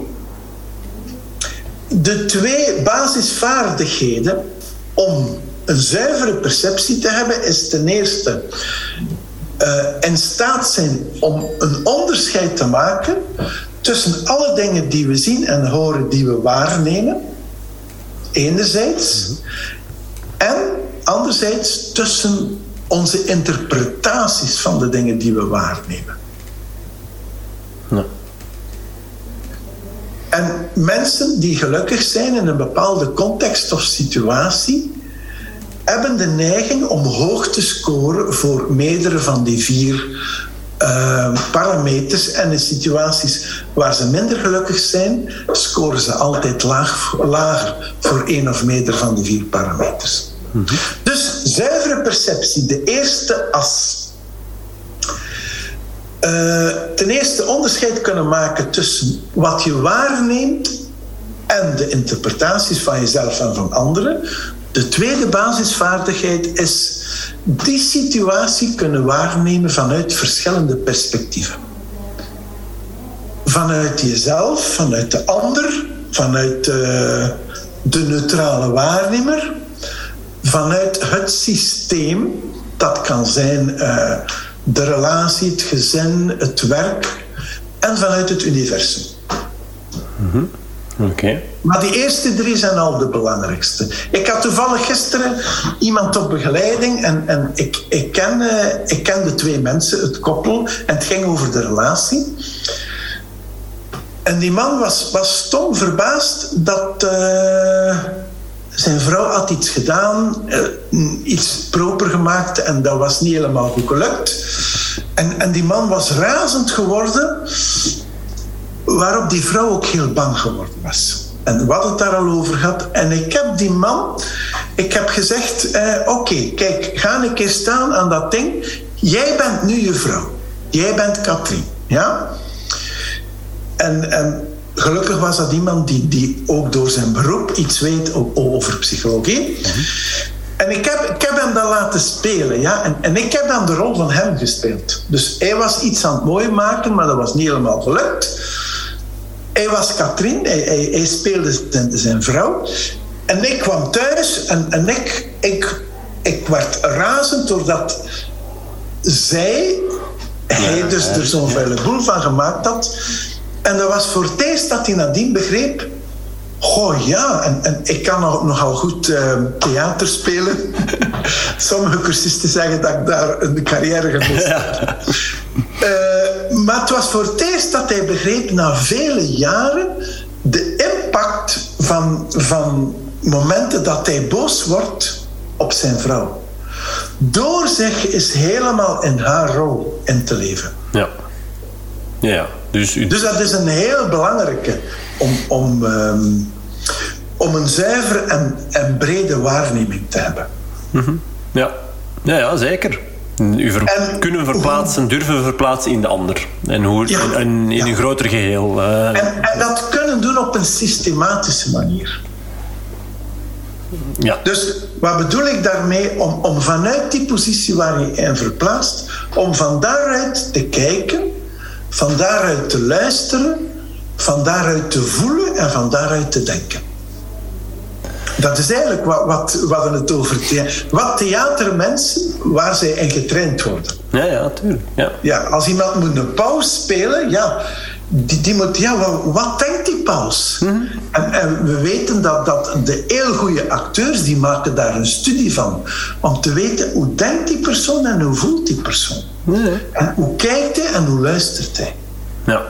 de twee basisvaardigheden om een zuivere perceptie te hebben, is ten eerste uh, in staat zijn om een onderscheid te maken tussen alle dingen die we zien en horen die we waarnemen, enerzijds, mm-hmm. en anderzijds tussen onze interpretaties van de dingen die we waarnemen. Ja. En mensen die gelukkig zijn in een bepaalde context of situatie hebben de neiging om hoog te scoren voor meerdere van die vier uh, parameters. En in situaties waar ze minder gelukkig zijn, scoren ze altijd laag, lager voor één of meerdere van die vier parameters. Mm-hmm. Dus zuivere perceptie, de eerste as. Uh, ten eerste onderscheid kunnen maken tussen wat je waarneemt en de interpretaties van jezelf en van anderen. De tweede basisvaardigheid is die situatie kunnen waarnemen vanuit verschillende perspectieven. Vanuit jezelf, vanuit de ander, vanuit uh, de neutrale waarnemer, vanuit het systeem, dat kan zijn uh, de relatie, het gezin, het werk en vanuit het universum. Mm-hmm. Oké. Okay. Maar die eerste drie zijn al de belangrijkste. Ik had toevallig gisteren iemand op begeleiding en, en ik, ik, ken, uh, ik ken de twee mensen, het koppel, en het ging over de relatie. En die man was, was stom verbaasd dat uh, zijn vrouw had iets gedaan, uh, iets proper gemaakt en dat was niet helemaal goed gelukt. En, en die man was razend geworden, waarop die vrouw ook heel bang geworden was. En wat het daar al over had. En ik heb die man, ik heb gezegd, uh, oké, okay, kijk, ga een keer staan aan dat ding. Jij bent nu je vrouw. Jij bent Katrien, ja? En, en gelukkig was dat iemand die, die ook door zijn beroep iets weet over psychologie. Mm-hmm. En ik heb, ik heb hem dat laten spelen, ja. En, en ik heb dan de rol van hem gespeeld. Dus hij was iets aan het mooi maken, maar dat was niet helemaal gelukt. Hij was Katrien, hij, hij, hij speelde zijn, zijn vrouw. En ik kwam thuis en, en ik, ik, ik werd razend doordat zij, hij dus er zo'n vuile boel van gemaakt had. En dat was voor het eerst dat hij nadien begreep, goh ja, en, en ik kan nog, nogal goed uh, theater spelen. Sommige cursisten zeggen dat ik daar een carrière gemist heb. Uh, maar het was voor het eerst dat hij begreep, na vele jaren, de impact van, van momenten dat hij boos wordt op zijn vrouw. Door zich is helemaal in haar rol in te leven. Ja. Ja, dus, u... dus dat is een heel belangrijke om, om, um, om een zuivere en, en brede waarneming te hebben. Mm-hmm. Ja. Ja, ja, zeker. U ver- en, kunnen verplaatsen, durven verplaatsen in de ander. En, hoe, ja, en, en in ja. een groter geheel. Uh... En, en dat kunnen doen op een systematische manier. Ja. Dus wat bedoel ik daarmee? Om, om vanuit die positie waar je in verplaatst, om van daaruit te kijken, van daaruit te luisteren, van daaruit te voelen en van daaruit te denken. Dat is eigenlijk wat, wat, wat we het over theater... Wat theatermensen, waar zij in getraind worden. Ja, ja, tuurlijk. Ja. Ja, als iemand moet een paus spelen, ja, die, die moet... Ja, wat, wat denkt die paus? Mm-hmm. En, en we weten dat, dat de heel goede acteurs, die maken daar een studie van. Om te weten, hoe denkt die persoon en hoe voelt die persoon? Nee. En hoe kijkt hij en hoe luistert hij? Ja.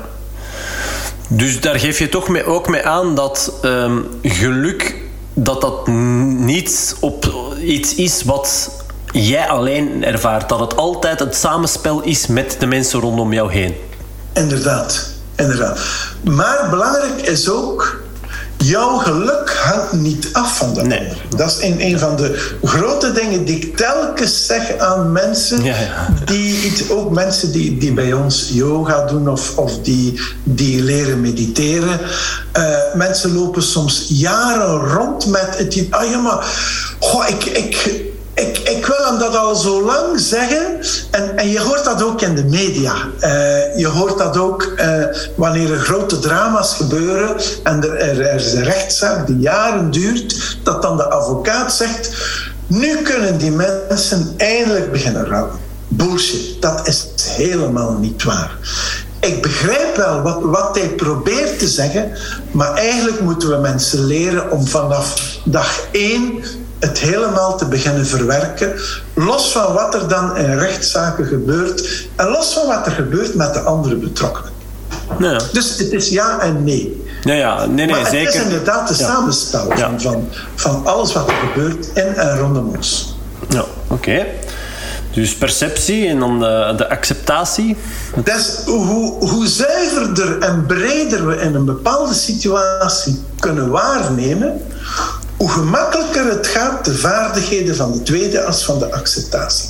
Dus daar geef je toch mee, ook mee aan dat um, geluk... dat dat niet op iets is wat jij alleen ervaart. Dat het altijd het samenspel is met de mensen rondom jou heen. Inderdaad, inderdaad. Maar belangrijk is ook... jouw geluk hangt niet af van de nee. ander. Dat is een, een van de grote dingen die ik telkens zeg aan mensen. Ja, ja. Die iets, ook mensen die, die bij ons yoga doen of, of die, die leren mediteren. Uh, mensen lopen soms jaren rond met het idee... Ah ja, maar goh, ik... ik Ik, ik wil hem dat al zo lang zeggen. En, en je hoort dat ook in de media. Uh, je hoort dat ook uh, wanneer er grote drama's gebeuren en er, er, er is een rechtszaak die jaren duurt, dat dan de advocaat zegt: nu kunnen die mensen eindelijk beginnen rouwen. Bullshit, dat is helemaal niet waar. Ik begrijp wel wat, wat hij probeert te zeggen, maar eigenlijk moeten we mensen leren om vanaf dag één het helemaal te beginnen verwerken, los van wat er dan in rechtszaken gebeurt en los van wat er gebeurt met de andere betrokkenen. Ja. Dus het is ja en nee. Ja, ja. Nee, nee, maar het zeker. is inderdaad de ja. samenspel ja. van, van alles wat er gebeurt in en rondom ons. Ja, oké. Okay. Dus perceptie en dan de, de acceptatie. Dus hoe, hoe zuiverder en breder we in een bepaalde situatie kunnen waarnemen, hoe gemakkelijker het gaat de vaardigheden van de tweede as van de acceptatie.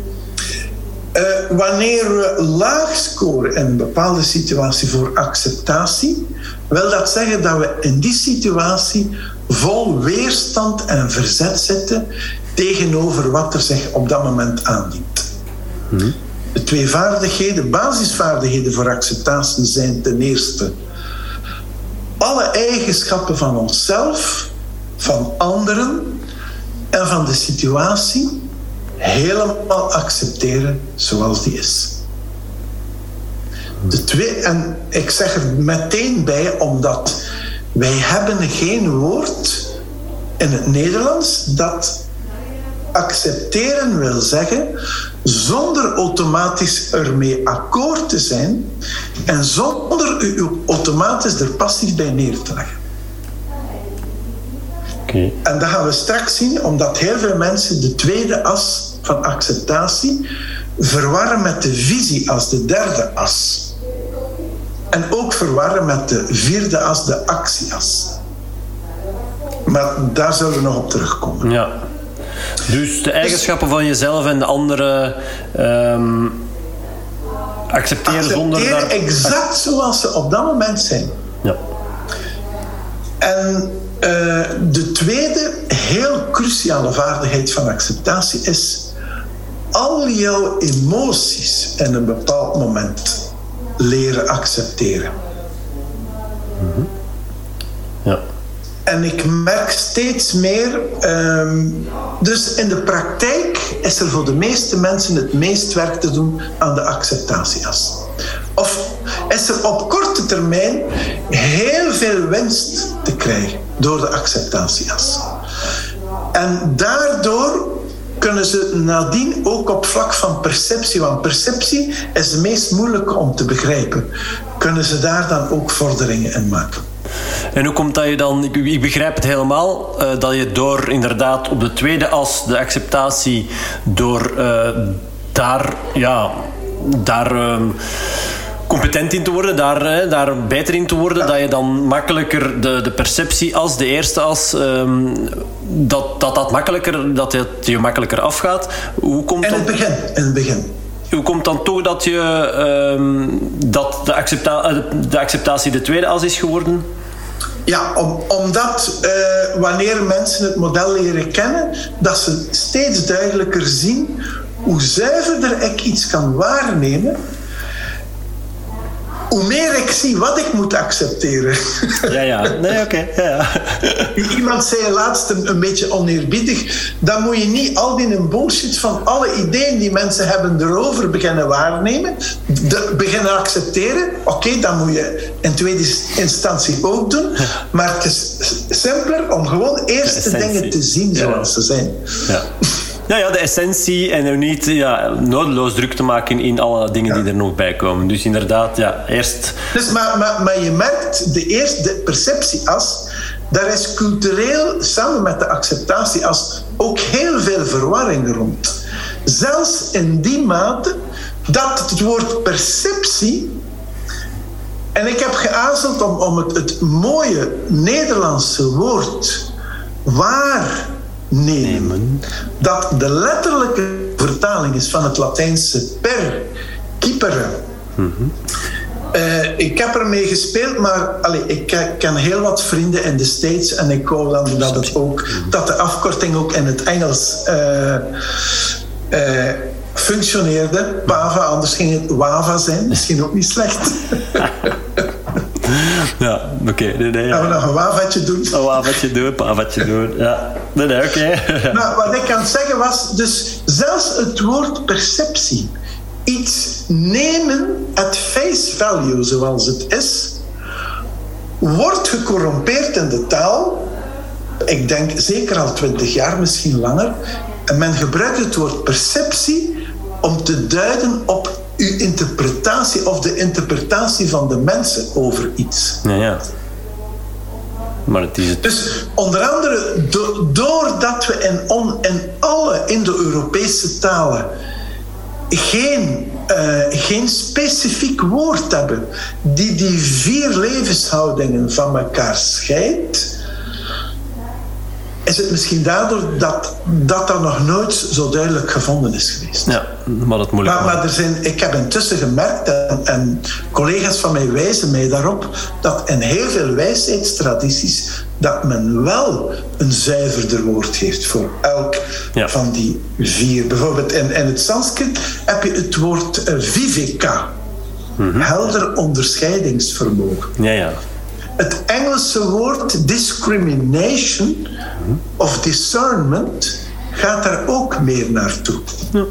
Uh, wanneer we laag scoren in een bepaalde situatie voor acceptatie, wil dat zeggen dat we in die situatie vol weerstand en verzet zitten tegenover wat er zich op dat moment aandient. Hmm. De twee vaardigheden, basisvaardigheden voor acceptatie zijn ten eerste alle eigenschappen van onszelf, van anderen en van de situatie helemaal accepteren zoals die is. De twee, en ik zeg er meteen bij, omdat wij hebben geen woord in het Nederlands dat accepteren wil zeggen zonder automatisch ermee akkoord te zijn en zonder u automatisch er passief bij neer te leggen. Okay. En dat gaan we straks zien, omdat heel veel mensen de tweede as van acceptatie verwarren met de visie als de derde as. En ook verwarren met de vierde as, de actieas. Maar daar zullen we nog op terugkomen. Ja. Dus de eigenschappen dus, van jezelf en de anderen um, accepteren, accepteren zonder... Daar... exact zoals ze op dat moment zijn. Ja. En uh, de tweede heel cruciale vaardigheid van acceptatie is al jouw emoties in een bepaald moment leren accepteren. Mm-hmm. Ja. En ik merk steeds meer... Um, dus in de praktijk is er voor de meeste mensen het meest werk te doen aan de acceptatieas. Of is er op korte termijn heel veel winst te krijgen door de acceptatieas. En daardoor kunnen ze nadien ook op vlak van perceptie, want perceptie is het meest moeilijk om te begrijpen, kunnen ze daar dan ook vorderingen in maken. En hoe komt dat je dan... Ik, ik begrijp het helemaal, uh, dat je door inderdaad op de tweede as, de acceptatie, door uh, daar... ja, daar uh, competent in te worden, daar, hè, daar beter in te worden, ja. Dat je dan makkelijker de, de perceptie as, de eerste as, um, dat, dat dat makkelijker, dat het je makkelijker afgaat. Hoe komt in het dan, begin, in het begin. Hoe komt dan toch dat, je, um, dat de, accepta- de acceptatie de tweede as is geworden? Ja, om, omdat uh, wanneer mensen het model leren kennen, dat ze steeds duidelijker zien hoe zuiverder ik iets kan waarnemen, hoe meer ik zie wat ik moet accepteren. Ja, ja. Nee, oké. Okay. Ja, ja. Iemand zei laatst een, een beetje oneerbiedig, dan moet je niet al die bullshit van alle ideeën die mensen hebben erover beginnen waarnemen, de, beginnen accepteren. Oké, okay, dat moet je in tweede instantie ook doen, maar het is simpeler om gewoon eerst de, de dingen te zien zoals ja. ze zijn. Ja. Ja, ja, de essentie en er niet ja, nodeloos druk te maken in alle dingen ja. die er nog bij komen. Dus inderdaad, ja, eerst... Dus, maar, maar, maar je merkt, de eerste perceptieas, daar is cultureel, samen met de acceptatieas, ook heel veel verwarring rond. Zelfs in die mate dat het woord perceptie... En ik heb geaarzeld om, om het, het mooie Nederlandse woord waar... nemen. Dat de letterlijke vertaling is van het Latijnse per, keepere. Mm-hmm. Uh, ik heb ermee gespeeld, maar allee, ik ken heel wat vrienden in de States en ik hoop dan dat, het ook, dat de afkorting ook in het Engels uh, uh, functioneerde. Pava, anders ging het Wava zijn. Misschien ook niet slecht. Ja, oké. Okay. Nee, nee, ja. Gaan we nog een wavatje doen? Een wavatje doen, pavatje doen. Ja, nee, nee, oké. Okay. Maar wat ik aan het zeggen was, dus zelfs het woord perceptie, iets nemen at face value zoals het is, wordt gecorrumpeerd in de taal. Ik denk zeker al twintig jaar, misschien langer. En men gebruikt het woord perceptie om te duiden op uw interpretatie of de interpretatie van de mensen over iets. Ja, ja. Maar het is het... Dus onder andere do- doordat we in, on, in alle Indo-Europese talen geen, uh, geen specifiek woord hebben die die vier levenshoudingen van elkaar scheidt, is het misschien daardoor dat dat, dat nog nooit zo duidelijk gevonden is geweest. Ja, maar dat moeilijk. Maar, maar er zijn, ik heb intussen gemerkt, en, en collega's van mij wijzen mij daarop, dat in heel veel wijsheidstradities dat men wel een zuiverder woord heeft voor elk ja. van die vier. Bijvoorbeeld in, in het Sanskriet heb je het woord uh, viveka. Mm-hmm. Helder onderscheidingsvermogen. Ja, ja. Het Engelse woord discrimination of discernment gaat daar ook meer naartoe. Ja.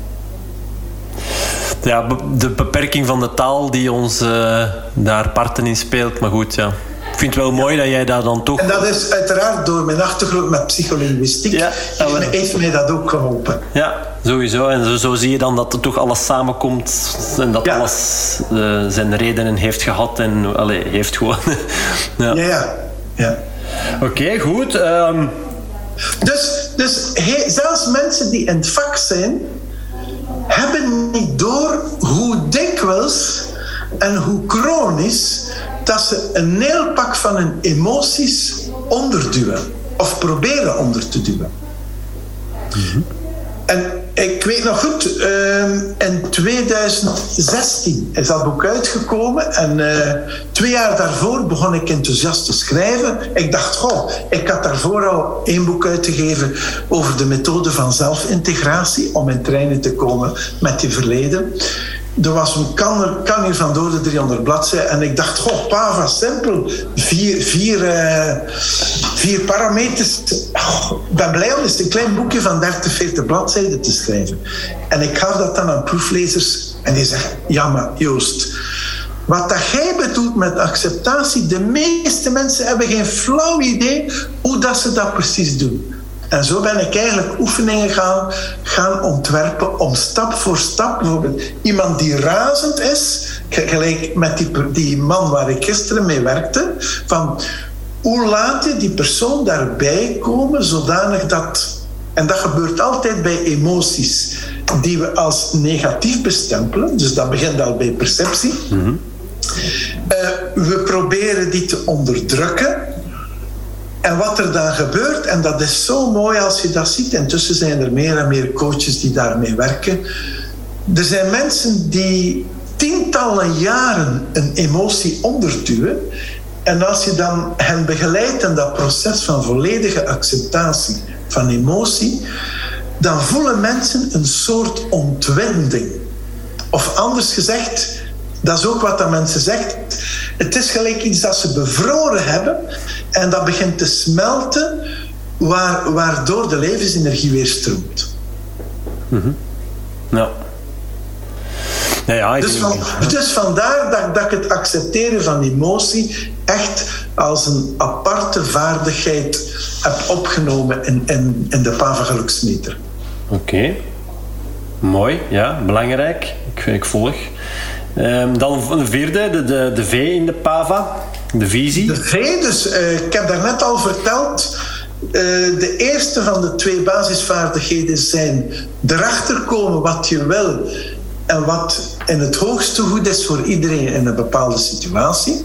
Ja, de beperking van de taal die ons uh, daar parten in speelt. Maar goed, ja. Ik vind het wel mooi dat jij daar dan toch... En dat is uiteraard door mijn achtergrond met psycholinguïstiek. Ja, heeft, me, heeft mij dat ook geholpen. Ja, sowieso. En zo, zo zie je dan dat er toch alles samenkomt. En dat ja. alles uh, zijn redenen heeft gehad. En allee, heeft gewoon... ja, ja. ja. ja. Oké, okay, goed. Um... Dus, dus he, zelfs mensen die in het vak zijn, hebben niet door hoe dikwijls en hoe chronisch dat ze een heel pak van hun emoties onderduwen. Of proberen onder te duwen. Mm-hmm. En ik weet nog goed, um, in tweeduizend zestien is dat boek uitgekomen. En uh, twee jaar daarvoor begon ik enthousiast te schrijven. Ik dacht, goh, ik had daarvoor al één boek uitgegeven over de methode van zelfintegratie, om in treinen te komen met je verleden. Er was een kan, kan hier van door de driehonderd bladzijden. En ik dacht, goh, Pava, simpel. Vier, vier, uh, vier parameters. Oh, ik ben blij om eens een klein boekje van dertig, veertig bladzijden te schrijven. En ik gaf dat dan aan proeflezers. En die zeggen, ja maar Joost, wat dat jij bedoelt met acceptatie, de meeste mensen hebben geen flauw idee hoe dat ze dat precies doen. En zo ben ik eigenlijk oefeningen gaan, gaan ontwerpen om stap voor stap, bijvoorbeeld iemand die razend is, gelijk met die, die man waar ik gisteren mee werkte, van hoe laat je die persoon daarbij komen zodanig dat... En dat gebeurt altijd bij emoties die we als negatief bestempelen. Dus dat begint al bij perceptie. Mm-hmm. Uh, we proberen die te onderdrukken. En wat er dan gebeurt, en dat is zo mooi als je dat ziet, intussen zijn er meer en meer coaches die daarmee werken. Er zijn mensen die tientallen jaren een emotie onderduwen. En als je dan hen begeleidt in dat proces van volledige acceptatie van emotie, dan voelen mensen een soort ontwinding. Of anders gezegd, dat is ook wat dat mensen zegt, het is gelijk iets dat ze bevroren hebben en dat begint te smelten, waar, waardoor de levensenergie weer stroomt. Mm-hmm. Ja. Ja, ja, ik dus, van, dus vandaar dat, dat ik het accepteren van emotie echt als een aparte vaardigheid heb opgenomen in, in, in de Pava Geluksmeter. Oké. Okay. Mooi, ja, belangrijk. Ik, ik volg. Um, dan de vierde, de, de, de V in de Pava, de visie. De V, dus uh, ik heb daarnet al verteld, uh, de eerste van de twee basisvaardigheden zijn erachter komen wat je wil en wat in het hoogste goed is voor iedereen in een bepaalde situatie.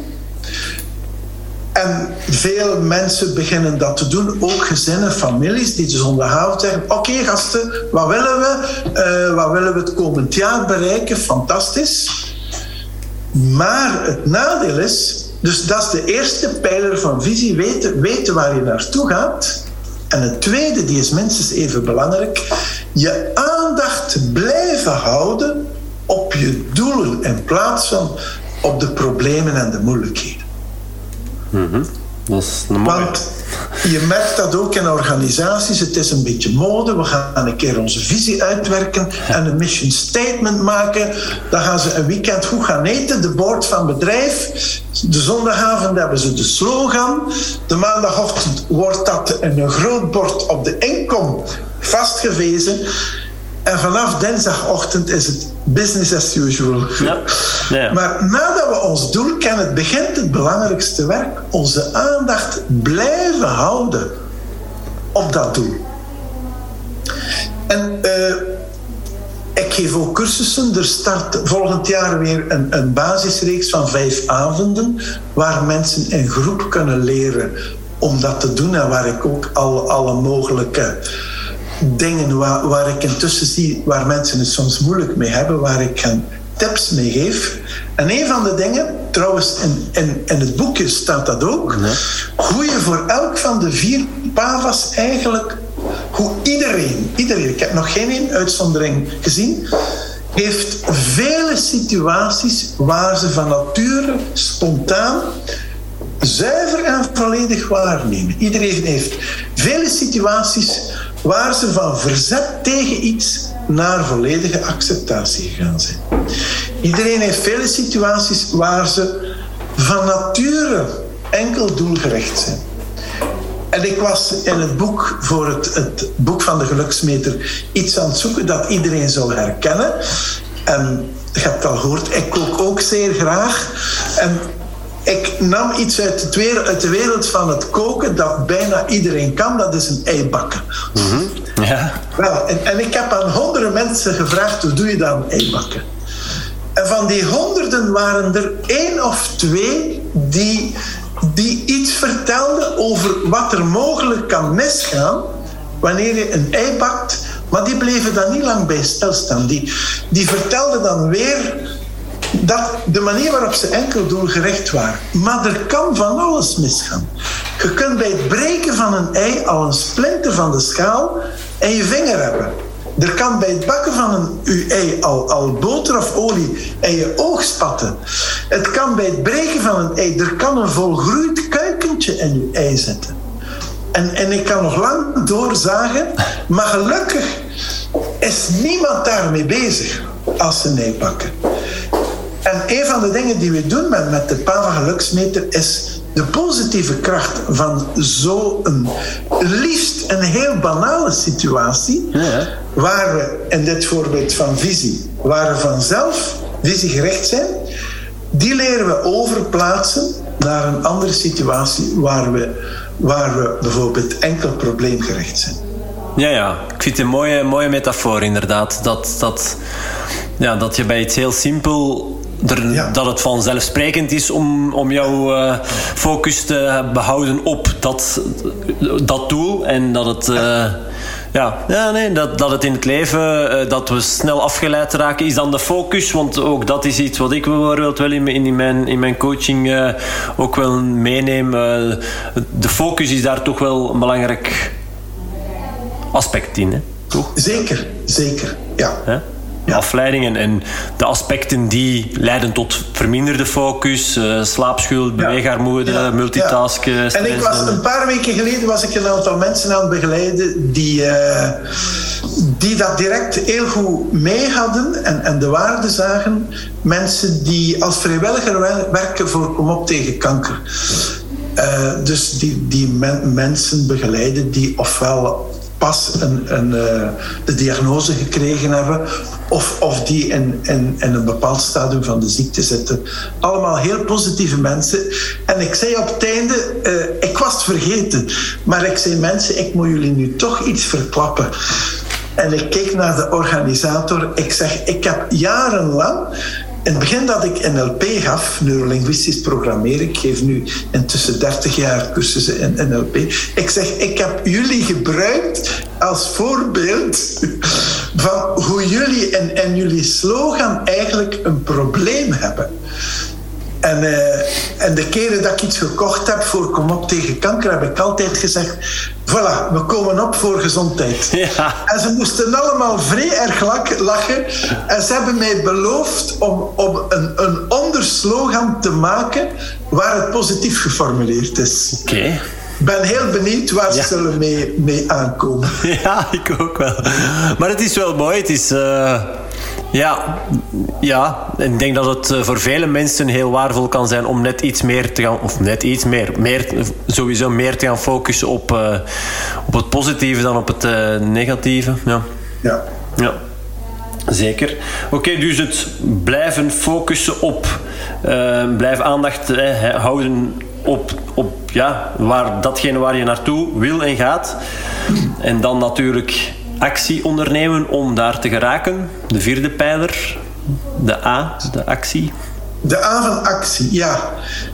En veel mensen beginnen dat te doen, ook gezinnen, families, die dus onderhouden zeggen, oké okay, gasten, wat willen we? Uh, wat willen we het komend jaar bereiken? Fantastisch. Maar het nadeel is, dus dat is de eerste pijler van visie, weten, weten waar je naartoe gaat. En het tweede, die is minstens even belangrijk, je aandacht blijven houden op je doelen in plaats van op de problemen en de moeilijkheden. Mm-hmm. Dat is een mooie. Want je merkt dat ook in organisaties. Het is een beetje mode. We gaan een keer onze visie uitwerken en een mission statement maken. Dan gaan ze een weekend goed gaan eten. De board van bedrijf. De zondagavond hebben ze de slogan. De maandagochtend wordt dat in een groot bord op de inkom vastgewezen. En vanaf dinsdagochtend is het business as usual. Ja. Ja. Maar nadat we ons doel kennen, begint het belangrijkste werk. Onze aandacht blijven houden op dat doel. En uh, ik geef ook cursussen. Er start volgend jaar weer een, een basisreeks van vijf avonden, waar mensen in groep kunnen leren om dat te doen. En waar ik ook al, alle mogelijke dingen waar, waar ik intussen zie waar mensen het soms moeilijk mee hebben, waar ik hen tips mee geef. En een van de dingen, trouwens in, in, in het boekje staat dat ook, nee. Hoe je voor elk van de vier Pavas eigenlijk, hoe iedereen, iedereen, ik heb nog geen uitzondering gezien, heeft vele situaties waar ze van nature spontaan zuiver en volledig waarnemen. Iedereen heeft vele situaties waar ze van verzet tegen iets naar volledige acceptatie gegaan zijn. Iedereen heeft vele situaties waar ze van nature enkel doelgericht zijn. En ik was in het boek, voor het, het boek van de Geluksmeter, iets aan het zoeken dat iedereen zou herkennen. En je hebt het al gehoord, ik kook ook zeer graag. En ik nam iets uit de, wereld, uit de wereld van het koken dat bijna iedereen kan. Dat is een ei bakken. Mm-hmm. Ja. Wel, en, en ik heb aan honderden mensen gevraagd, hoe doe je dan ei bakken? En van die honderden waren er één of twee die, die iets vertelden over wat er mogelijk kan misgaan wanneer je een ei bakt. Maar die bleven dan niet lang bij stilstaan. Die, die vertelden dan weer dat de manier waarop ze enkel doelgericht waren. Maar er kan van alles misgaan. Je kunt bij het breken van een ei al een splinter van de schaal in je vinger hebben. Er kan bij het bakken van een uw ei al, al boter of olie in je oog spatten. Het kan bij het breken van een ei, er kan een volgroeid kuikentje in je ei zitten. En, en ik kan nog lang doorzagen, maar gelukkig is niemand daarmee bezig als ze een ei bakken. En een van de dingen die we doen met, met de Pava Geluksmeter is de positieve kracht van zo'n, liefst een heel banale situatie, ja. Waar we, in dit voorbeeld van visie, waar we vanzelf visiegericht zijn, die leren we overplaatsen naar een andere situatie waar we, waar we bijvoorbeeld enkel probleemgericht zijn. Ja, ja. Ik vind het een mooie, mooie metafoor inderdaad. Dat, dat, ja, dat je bij iets heel simpel... Er, ja. Dat het vanzelfsprekend is om, om jouw uh, focus te behouden op dat, dat doel. En dat het... Uh, Ja, ja nee, dat, dat het in het leven, uh, dat we snel afgeleid raken, is dan de focus. Want ook dat is iets wat ik bijvoorbeeld wel in, in, mijn, in mijn coaching uh, ook wel meeneem. Uh, de focus is daar toch wel een belangrijk aspect in, hè? Toch? Zeker, zeker, ja. Hè? Ja. Afleidingen en de aspecten die leiden tot verminderde focus, uh, slaapschuld, beweegarmoede, ja. multitasken. Ja. En ik was een paar weken geleden was ik een aantal mensen aan het begeleiden die, uh, die dat direct heel goed mee hadden en, en de waarde zagen. Mensen die als vrijwilliger werken voor Kom op tegen kanker. Uh, dus die, die men, mensen begeleiden die ofwel pas een, een, uh, de diagnose gekregen hebben of, of die in, in, in een bepaald stadium van de ziekte zitten. Allemaal heel positieve mensen. En ik zei op het einde, uh, ik was het vergeten, maar ik zei mensen, ik moet jullie nu toch iets verklappen. En ik keek naar de organisator, ik zeg, ik heb jarenlang... In het begin dat ik N L P gaf, neurolinguistisch programmeren, ik geef nu intussen dertig jaar cursussen in N L P. Ik zeg, ik heb jullie gebruikt als voorbeeld van hoe jullie en, en jullie slogan eigenlijk een probleem hebben. En, uh, en de keren dat ik iets gekocht heb voor Kom op tegen kanker, heb ik altijd gezegd, voilà, we komen op voor gezondheid. Ja. En ze moesten allemaal vrij erg lachen. En ze hebben mij beloofd om, om een, een onderslogan te maken waar het positief geformuleerd is. Oké. Okay. Ik ben heel benieuwd waar ja. ze zullen mee, mee aankomen. Ja, ik ook wel. Maar het is wel mooi. Het is... Uh... Ja, ja, ik denk dat het voor vele mensen heel waardevol kan zijn om net iets meer te gaan, of net iets meer, meer sowieso meer te gaan focussen op, uh, op het positieve dan op het uh, negatieve. Ja. Ja. Ja. Zeker. Oké, okay, dus het blijven focussen op, uh, blijven aandacht eh, houden op, op ja, waar, datgene waar je naartoe wil en gaat. En dan natuurlijk actie ondernemen om daar te geraken. De vierde pijler, de A, de actie. De A van actie, ja.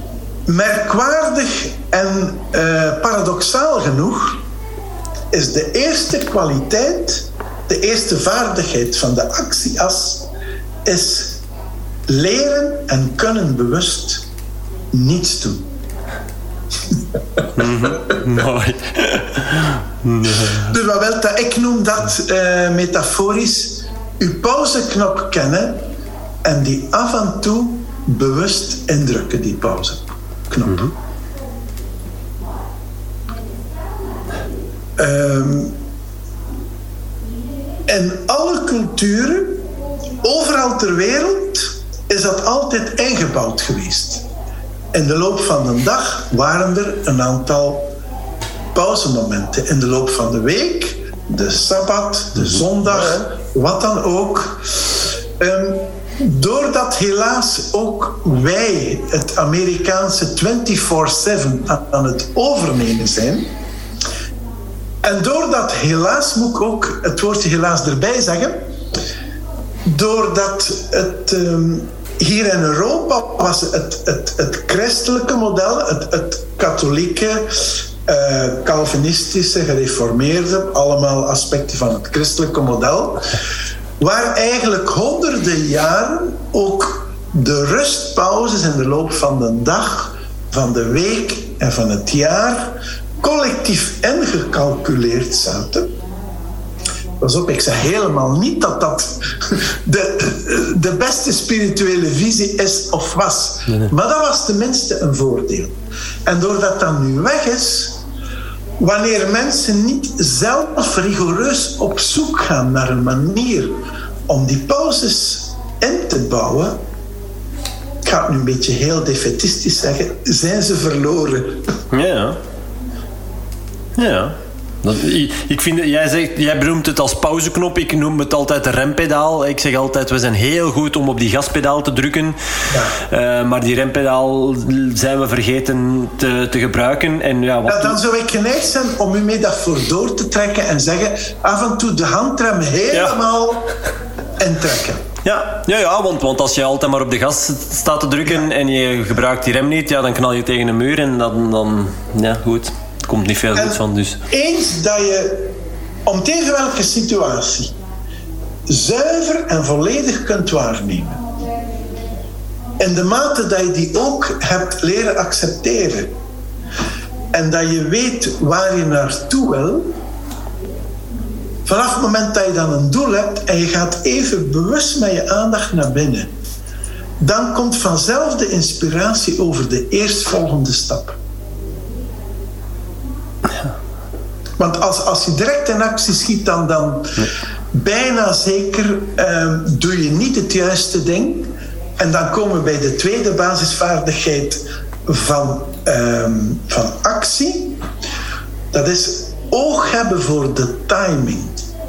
Merkwaardig en uh, paradoxaal genoeg is de eerste kwaliteit, de eerste vaardigheid van de actieas is leren en kunnen bewust niets doen. Mm-hmm. Mooi. Nee. Dus wat wil dat? Ik noem dat uh, metaforisch uw pauzeknop kennen en die af en toe bewust indrukken, die pauzeknop. Mm-hmm. Um, in alle culturen, overal ter wereld, is dat altijd ingebouwd geweest. In de loop van de dag waren er een aantal pauzemomenten. In de loop van de week, de sabbat, de zondag, wat dan ook. Um, doordat helaas ook wij het Amerikaanse vierentwintig zeven aan het overnemen zijn. En doordat helaas, moet ik ook het woordje helaas erbij zeggen, doordat het... Um, hier in Europa was het, het, het christelijke model, het, het katholieke, uh, Calvinistische, gereformeerde, allemaal aspecten van het christelijke model, waar eigenlijk honderden jaren ook de rustpauzes in de loop van de dag, van de week en van het jaar collectief ingecalculeerd zaten. Pas op, ik zeg helemaal niet dat dat de, de beste spirituele visie is of was. Nee, nee. Maar dat was tenminste een voordeel. En doordat dat nu weg is, wanneer mensen niet zelf rigoureus op zoek gaan naar een manier om die pauzes in te bouwen, ik ga het nu een beetje heel defetistisch zeggen, zijn ze verloren. Ja. Ja. Dat, ik vind, jij, zegt, jij benoemt het als pauzeknop. Ik noem het altijd de rempedaal. Ik zeg altijd, we zijn heel goed om op die gaspedaal te drukken. Ja. Uh, maar die rempedaal zijn we vergeten te, te gebruiken. En ja, wat ja, dan zou ik geneigd zijn om u metafoor door te trekken en zeggen, af en toe de handrem helemaal ja. intrekken. Ja, ja, ja want, want als je altijd maar op de gas staat te drukken ja. en je gebruikt die rem niet, ja, dan knal je tegen een muur en dan, dan ja, goed. Er komt niet veel goed van. Dus. Eens dat je, om tegen welke situatie, zuiver en volledig kunt waarnemen. In de mate dat je die ook hebt leren accepteren. En dat je weet waar je naartoe wil. Vanaf het moment dat je dan een doel hebt en je gaat even bewust met je aandacht naar binnen, dan komt vanzelf de inspiratie over de eerstvolgende stap. Want als, als je direct in actie schiet, dan, dan nee. bijna zeker um, doe je niet het juiste ding. En dan komen we bij de tweede basisvaardigheid van, um, van actie. Dat is oog hebben voor de timing.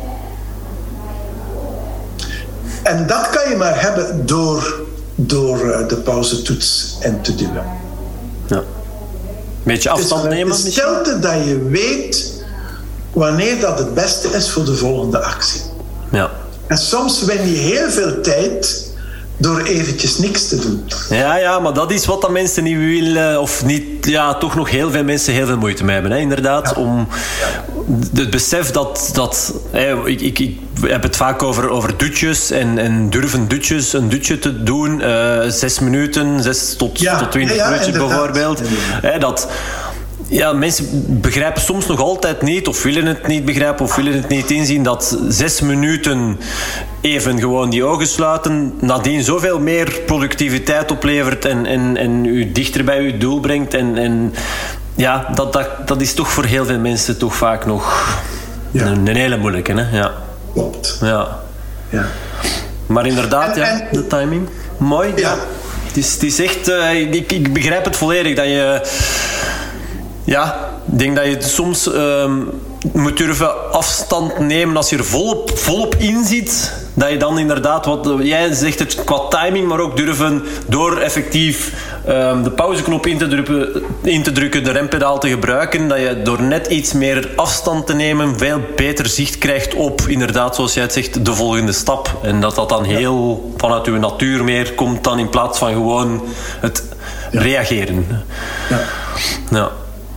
En dat kan je maar hebben door, door de pauzetoets in te duwen. Ja. Een beetje afstand dus nemen. Het is stilte dat je weet wanneer dat het beste is voor de volgende actie. Ja. En soms win je heel veel tijd door eventjes niks te doen. Ja, ja, maar dat is wat dat mensen niet willen, of niet, ja, toch nog heel veel mensen heel veel moeite mee hebben, hè, inderdaad. Ja. Om het besef dat, dat hè, ik, ik, ik heb het vaak over, over dutjes en, en durven dutjes, een dutje te doen, uh, zes minuten, zes tot, ja. tot twintig ja, ja, minuten bijvoorbeeld. Hè, dat... Ja, mensen begrijpen soms nog altijd niet, of willen het niet begrijpen, of willen het niet inzien, dat zes minuten even gewoon die ogen sluiten nadien zoveel meer productiviteit oplevert en, en, en u dichter bij uw doel brengt. En, en ja, dat, dat, dat is toch voor heel veel mensen toch vaak nog ja. een, een hele moeilijke. Hè? Ja. Klopt. Ja. Ja. Maar inderdaad, en, en, ja, de timing. Mooi. Ja. Ja. Het, is, het is echt... Uh, ik, ik begrijp het volledig dat je... Ja, ik denk dat je soms um, moet durven afstand nemen als je er volop, volop in zit. Dat je dan inderdaad, wat jij zegt het qua timing, maar ook durven door effectief um, de pauzeknop in te, drukken, in te drukken, de rempedaal te gebruiken, dat je door net iets meer afstand te nemen veel beter zicht krijgt op, inderdaad, zoals jij het zegt, de volgende stap. En dat dat dan heel vanuit je natuur meer komt dan in plaats van gewoon het ja. reageren. Ja. Ja.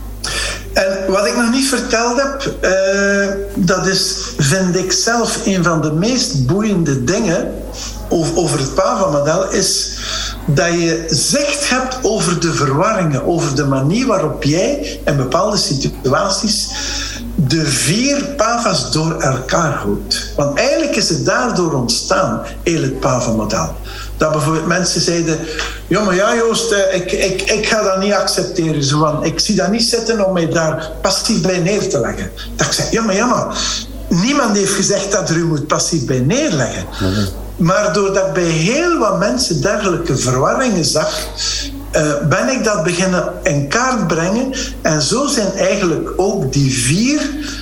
En wat ik nog niet verteld heb, uh, dat is, vind ik zelf, een van de meest boeiende dingen over, over het Pava-model, is dat je zicht hebt over de verwarringen, over de manier waarop jij in bepaalde situaties de vier Pava's door elkaar houdt. Want eigenlijk is het daardoor ontstaan, heel het Pava-model. Dat bijvoorbeeld mensen zeiden, ja maar ja Joost, ik, ik, ik ga dat niet accepteren. Zo van, ik zie dat niet zitten om mij daar passief bij neer te leggen. Dat ik zei, ja maar ja maar, niemand heeft gezegd dat er u moet passief bij neerleggen. Mm-hmm. Maar doordat ik bij heel wat mensen dergelijke verwarringen zag, uh, ben ik dat beginnen in kaart brengen. En zo zijn eigenlijk ook die vier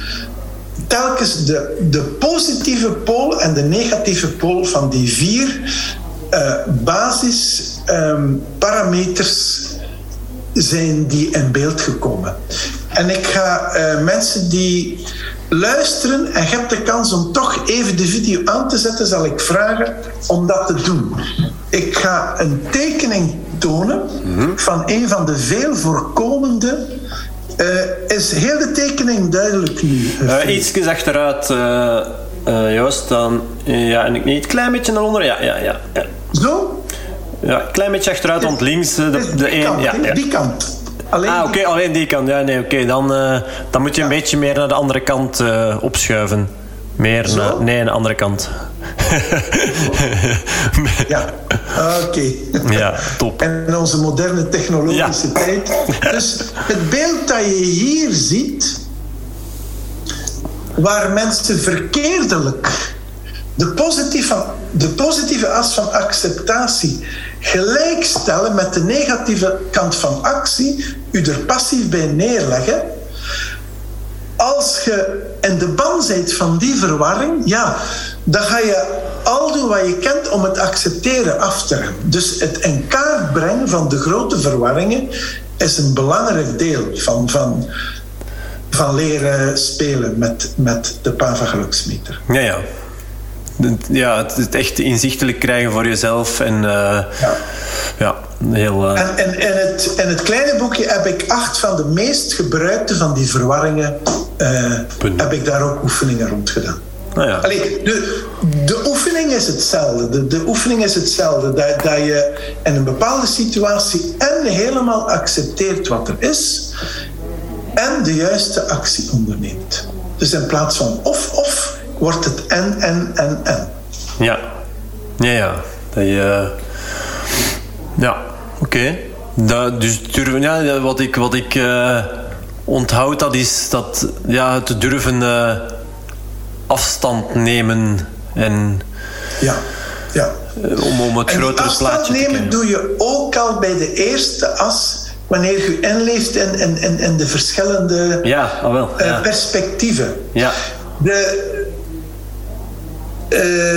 telkens de, de positieve pool en de negatieve pool van die vier uh, basisparameters um, zijn die in beeld gekomen. En ik ga uh, mensen die luisteren en je hebt de kans om toch even de video aan te zetten, zal ik vragen om dat te doen. Ik ga een tekening tonen mm-hmm. van een van de veel voorkomende. Uh, is heel de tekening duidelijk nu? Uh, Ietsjes achteruit, uh, uh, Joost. Dan, uh, ja, en niet een klein beetje naar onder. Ja, ja, ja, ja. Zo? Ja, een klein beetje achteruit, want links uh, de, de een. Kant, ja, ja. Die kant. Alleen ah, oké, okay, alleen die kant. Ja, nee, oké. Okay. Dan, uh, dan moet je een ja. beetje meer naar de andere kant uh, opschuiven. Meer Zo? naar... Nee, aan de andere kant. ja, oké. Okay. Ja, top. En onze moderne technologische ja. tijd. Dus het beeld dat je hier ziet, waar mensen verkeerdelijk de positieve, de positieve as van acceptatie gelijkstellen met de negatieve kant van actie, u er passief bij neerleggen. Als als je in de ban bent van die verwarring, ja, dan ga je al doen wat je kent om het accepteren af te remmen. Dus het in kaart brengen van de grote verwarringen is een belangrijk deel van, van, van leren spelen met, met de Pava-geluksmeter. Ja, ja. Ja, het, het echt inzichtelijk krijgen voor jezelf. En uh, ja. ja, heel... Uh... En, en in, het, in het kleine boekje heb ik acht van de meest gebruikte van die verwarringen... Uh, heb ik daar ook oefeningen rond gedaan. Ah, ja. Allee, de, de oefening is hetzelfde. De, de oefening is hetzelfde. Dat, dat je in een bepaalde situatie en helemaal accepteert wat er is... en de juiste actie onderneemt. Dus in plaats van of-of... wordt het en, en, en, en. Ja. Ja, ja. Dat je... Ja, oké. Okay. Dus durven... Ja, wat ik, wat ik uh, onthoud, dat is dat... Ja, te durven uh, afstand nemen en... Ja, ja. Uh, om, om het en grotere plaatje te afstand nemen kennen. Doe je ook al bij de eerste as... wanneer je inleeft in, in, in, in de verschillende ja, ah wel, ja. uh, perspectieven. Ja. De... Uh,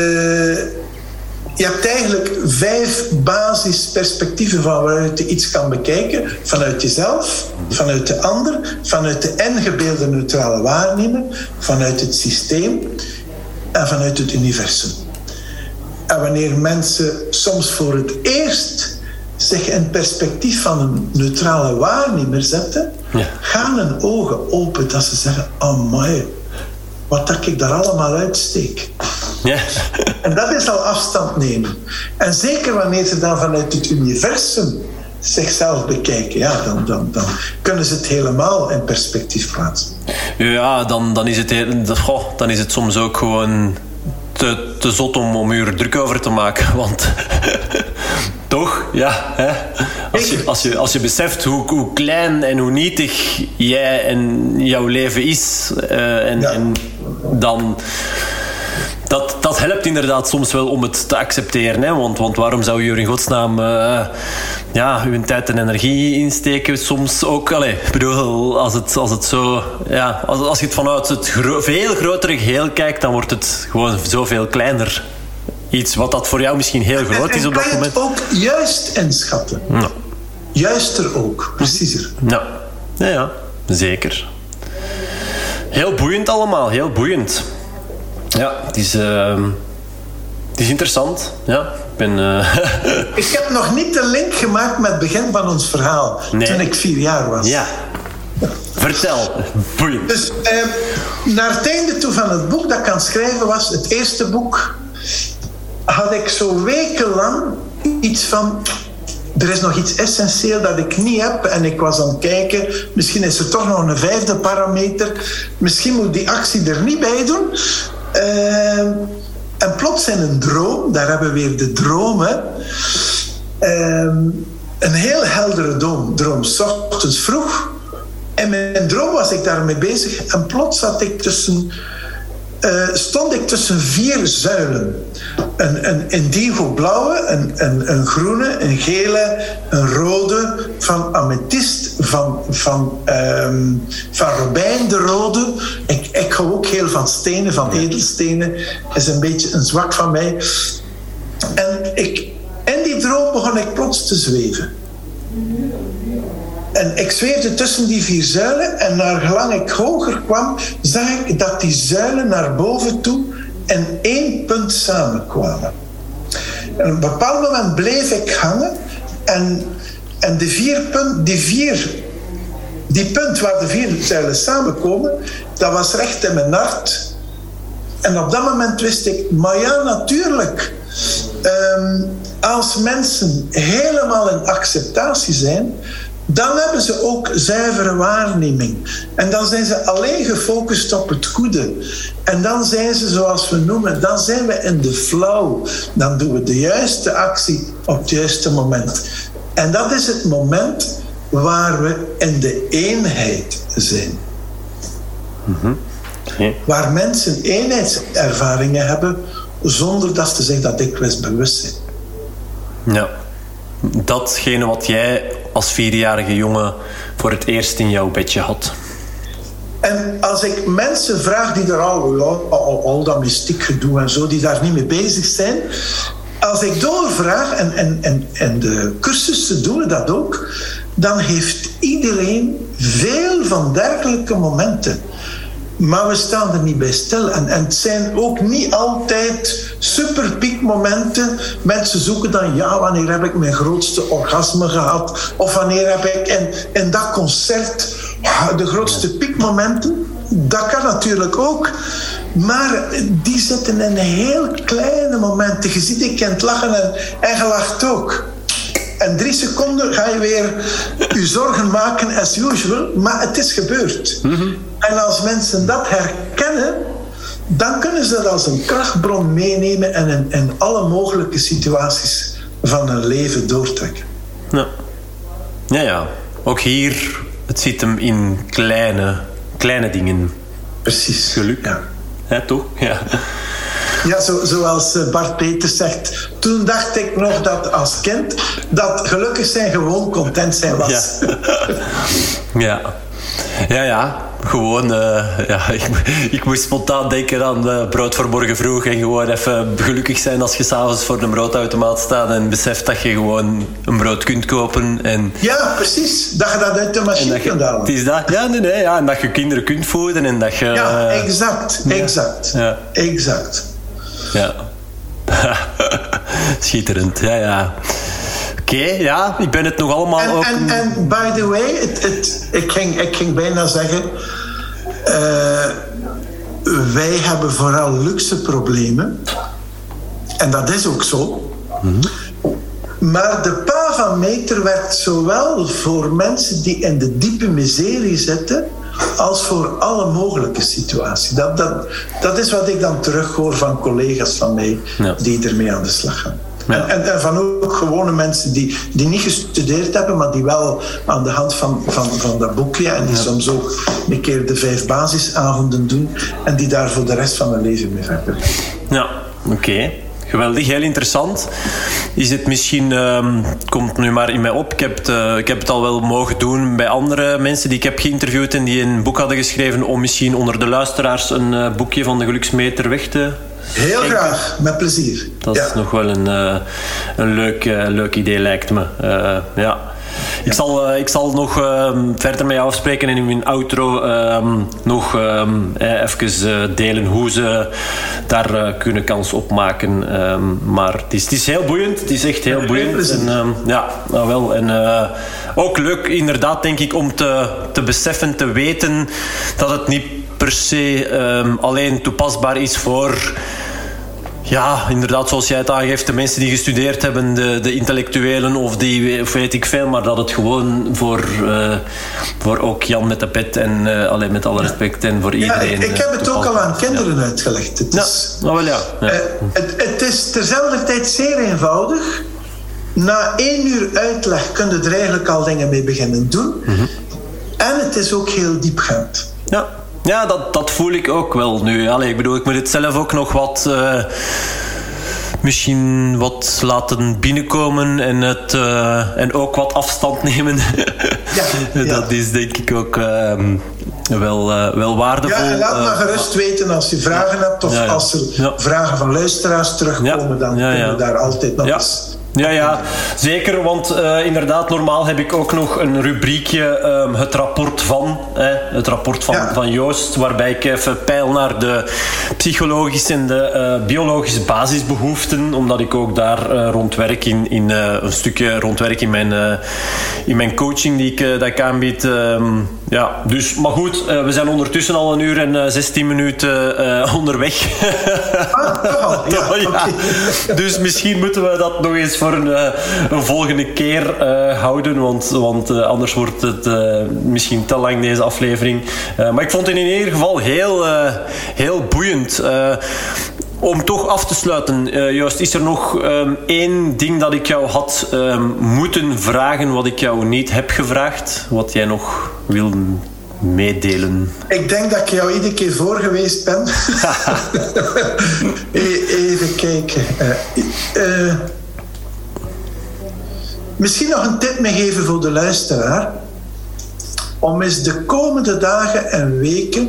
je hebt eigenlijk vijf basisperspectieven van waaruit je iets kan bekijken. Vanuit jezelf, vanuit de ander, vanuit de ingebeelde neutrale waarnemer, vanuit het systeem en vanuit het universum. En wanneer mensen soms voor het eerst zich in perspectief van een neutrale waarnemer zetten, ja. gaan hun ogen open dat ze zeggen, amai, wat dat ik daar allemaal uitsteek. Ja. En dat is al afstand nemen. En zeker wanneer ze dan vanuit het universum zichzelf bekijken, ja, dan, dan, dan kunnen ze het helemaal in perspectief plaatsen. Ja, dan, dan, is, het, goh, dan is het soms ook gewoon te, te zot om, om u er druk over te maken. Want toch, ja, hè? Als, je, als, je, als je beseft hoe, hoe klein en hoe nietig jij en jouw leven is, uh, en, ja. en dan... Dat, dat helpt inderdaad soms wel om het te accepteren. Hè? Want, want waarom zou je er in godsnaam uh, ja, uw tijd en energie insteken? Soms ook, allez, ik bedoel, als het, als het zo... Ja, als, als je het vanuit het gro- veel grotere geheel kijkt, dan wordt het gewoon zoveel kleiner. Iets wat dat voor jou misschien heel groot en, is op dat moment. En kan je het ook juist inschatten. Ja. Juister ook, preciezer. Ja. Ja, ja, zeker. Heel boeiend allemaal, heel boeiend. Ja, het is, uh, het is interessant. Ja, ik ben... Uh... ik heb nog niet de link gemaakt met het begin van ons verhaal. Nee. Toen ik vier jaar was. Ja. Vertel. Boeiend. Dus uh, naar het einde toe van het boek dat ik aan het schrijven was, het eerste boek, had ik zo wekenlang iets van... Er is nog iets essentieel dat ik niet heb. En ik was aan het kijken, misschien is er toch nog een vijfde parameter. Misschien moet die actie er niet bij doen. Uh, en plots in een droom, daar hebben we weer de dromen. Uh, een heel heldere droom, droom, 's ochtends vroeg. En in mijn droom was ik daarmee bezig. En plots zat ik tussen, uh, stond ik tussen vier zuilen. Een, een indigo-blauwe, een, een, een groene, een gele, een rode, van amethyst, van, van, um, van robijn de rode. Ik, ik hou ook heel van stenen, van edelstenen. Is een beetje een zwak van mij. En ik, in die droom begon ik plots te zweven. En ik zweefde tussen die vier zuilen en naar gelang ik hoger kwam, zag ik dat die zuilen naar boven toe in één punt samenkwamen. En op een bepaald moment bleef ik hangen en, en de vier punt, die, vier, die punt waar de vier zuilen samenkomen, dat was recht in mijn hart. En op dat moment wist ik, maar ja, natuurlijk, um, als mensen helemaal in acceptatie zijn, dan hebben ze ook zuivere waarneming. En dan zijn ze alleen gefocust op het goede. En dan zijn ze, zoals we noemen, dan zijn we in de flow. Dan doen we de juiste actie op het juiste moment. En dat is het moment waar we in de eenheid zijn. Mm-hmm. Ja. Waar mensen eenheidservaringen hebben zonder dat ze zich dat dikwijls bewust zijn. Ja. Datgene wat jij als vierjarige jongen voor het eerst in jouw bedje had. En als ik mensen vraag die er al, al, al, al dat mystiek gedoe en zo, die daar niet mee bezig zijn, als ik doorvraag, en, en, en, en de cursussen doen dat ook, dan heeft iedereen veel van dergelijke momenten. Maar we staan er niet bij stil. En, en het zijn ook niet altijd superpiekmomenten. Mensen zoeken dan, ja, wanneer heb ik mijn grootste orgasme gehad? Of wanneer heb ik in, in dat concert de grootste piekmomenten? Dat kan natuurlijk ook. Maar die zitten in heel kleine momenten. Je ziet, ik kan lachen en, en je lacht ook. En drie seconden ga je weer je zorgen maken as usual. Maar het is gebeurd. Mm-hmm. En als mensen dat herkennen, dan kunnen ze dat als een krachtbron meenemen en in, in alle mogelijke situaties van hun leven doortrekken. Ja, ja, ja. Ook hier, het zit hem in kleine, kleine dingen. Precies. Geluk. Ja. Ja, toch? Ja. Ja, zo, zoals Bart Peters zegt. Toen dacht ik nog dat als kind dat gelukkig zijn gewoon content zijn was. Ja, ja, ja. ja. Gewoon, uh, ja, ik, ik moest spontaan denken aan uh, brood voor morgen vroeg. En gewoon even gelukkig zijn als je s'avonds voor de broodautomaat staat en beseft dat je gewoon een brood kunt kopen. En, ja, precies. Dat je dat uit de machine kunt halen. Het is dat. Ja, nee, nee. Ja, en dat je kinderen kunt voeden en dat je... Ja, exact. Uh, exact. Ja. Exact. Ja. Schitterend. Ja, ja. Oké, okay, ja, ik ben het nog allemaal en, ook... En, en by the way, it, it, ik, ging, ik ging bijna zeggen... Uh, wij hebben vooral luxe problemen. En dat is ook zo. Mm-hmm. Maar de pa van Meter werkt zowel voor mensen die in de diepe miserie zitten... als voor alle mogelijke situaties. Dat, dat, dat is wat ik dan terughoor van collega's van mij... Ja. die ermee aan de slag gaan. Ja. En, en, en van ook gewone mensen die, die niet gestudeerd hebben, maar die wel aan de hand van, van, van dat boekje en die ja. soms ook een keer de vijf basisavonden doen en die daar voor de rest van hun leven mee verder. Ja, oké. Okay. Geweldig, heel interessant. Is het misschien, um, komt nu maar in mij op, ik heb, het, uh, ik heb het al wel mogen doen bij andere mensen die ik heb geïnterviewd en die een boek hadden geschreven om misschien onder de luisteraars een uh, boekje van de geluksmeter weg te... Heel Kijk, graag, met plezier. Dat ja. is nog wel een, uh, een leuk, uh, leuk idee, lijkt me. Uh, ja. Ik, zal, uh, ik zal nog uh, verder met jou afspreken en in mijn outro uh, nog uh, even uh, delen hoe ze daar uh, kunnen kans op maken. Uh, maar het is, het is heel boeiend. Het is echt heel boeiend. En, uh, ja, nou wel. En uh, ook leuk, inderdaad, denk ik, om te, te beseffen, te weten dat het niet per se um, alleen toepasbaar is voor... Ja, inderdaad, zoals jij het aangeeft, de mensen die gestudeerd hebben, de, de intellectuelen of die, of weet ik veel, maar dat het gewoon voor, uh, voor ook Jan met de pet en uh, alleen met alle respect en voor iedereen... Ja, ik, ik heb het ook al aan kinderen ja. uitgelegd. Het is, ja, nou wel ja. ja. Uh, het, het is terzelfde tijd zeer eenvoudig. Na één uur uitleg kun je er eigenlijk al dingen mee beginnen doen. Mm-hmm. En het is ook heel diepgaand. Ja. Ja, dat, dat voel ik ook wel nu. Allee, ik bedoel, ik moet het zelf ook nog wat... Uh, misschien wat laten binnenkomen en, het, uh, en ook wat afstand nemen. Ja, ja. Dat is denk ik ook uh, wel, uh, wel waardevol. Ja, en laat maar gerust uh, weten als je vragen hebt of ja, ja. als er ja. vragen van luisteraars terugkomen, ja. dan ja, ja. kunnen we daar altijd nog ja. eens... Ja, ja, zeker, want uh, inderdaad, normaal heb ik ook nog een rubriekje, um, het rapport van, eh, het rapport van, ja. van Joost, waarbij ik even peil naar de psychologische en de uh, biologische basisbehoeften, omdat ik ook daar uh, rondwerk in, in uh, een stukje rondwerk in mijn, uh, in mijn coaching die ik, uh, dat ik aanbied. Um, ja, dus, maar goed, uh, we zijn ondertussen al een uur en uh, zestien minuten uh, onderweg. Ah, toch al? Ja, ja. Okay. Dus misschien moeten we dat nog eens voor een, uh, een volgende keer uh, houden, want, want uh, anders wordt het uh, misschien te lang deze aflevering. Uh, maar ik vond het in ieder geval heel, uh, heel boeiend. Uh, Om toch af te sluiten, uh, Joost, is er nog um, één ding dat ik jou had um, moeten vragen, wat ik jou niet heb gevraagd, wat jij nog wil meedelen? Ik denk dat ik jou iedere keer voor geweest ben. Even kijken. Uh, uh, misschien nog een tip meegeven voor de luisteraar. om eens de komende dagen en weken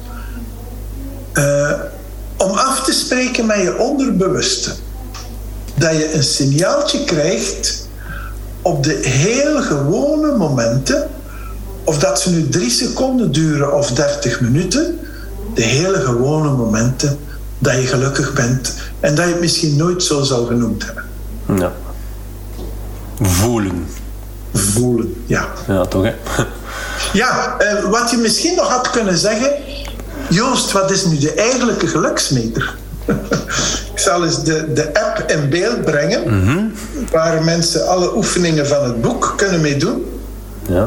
uh, om af te spreken met je onderbewuste. Dat je een signaaltje krijgt op de heel gewone momenten, of dat ze nu drie seconden duren of dertig minuten, de hele gewone momenten dat je gelukkig bent en dat je het misschien nooit zo zou genoemd hebben. Ja. Voelen. Voelen, ja. Ja, toch, hè? Ja, uh, wat je misschien nog had kunnen zeggen, Joost, wat is nu de eigenlijke geluksmeter? Ik zal eens de, de app in beeld brengen, mm-hmm. waar mensen alle oefeningen van het boek kunnen mee doen. Ja.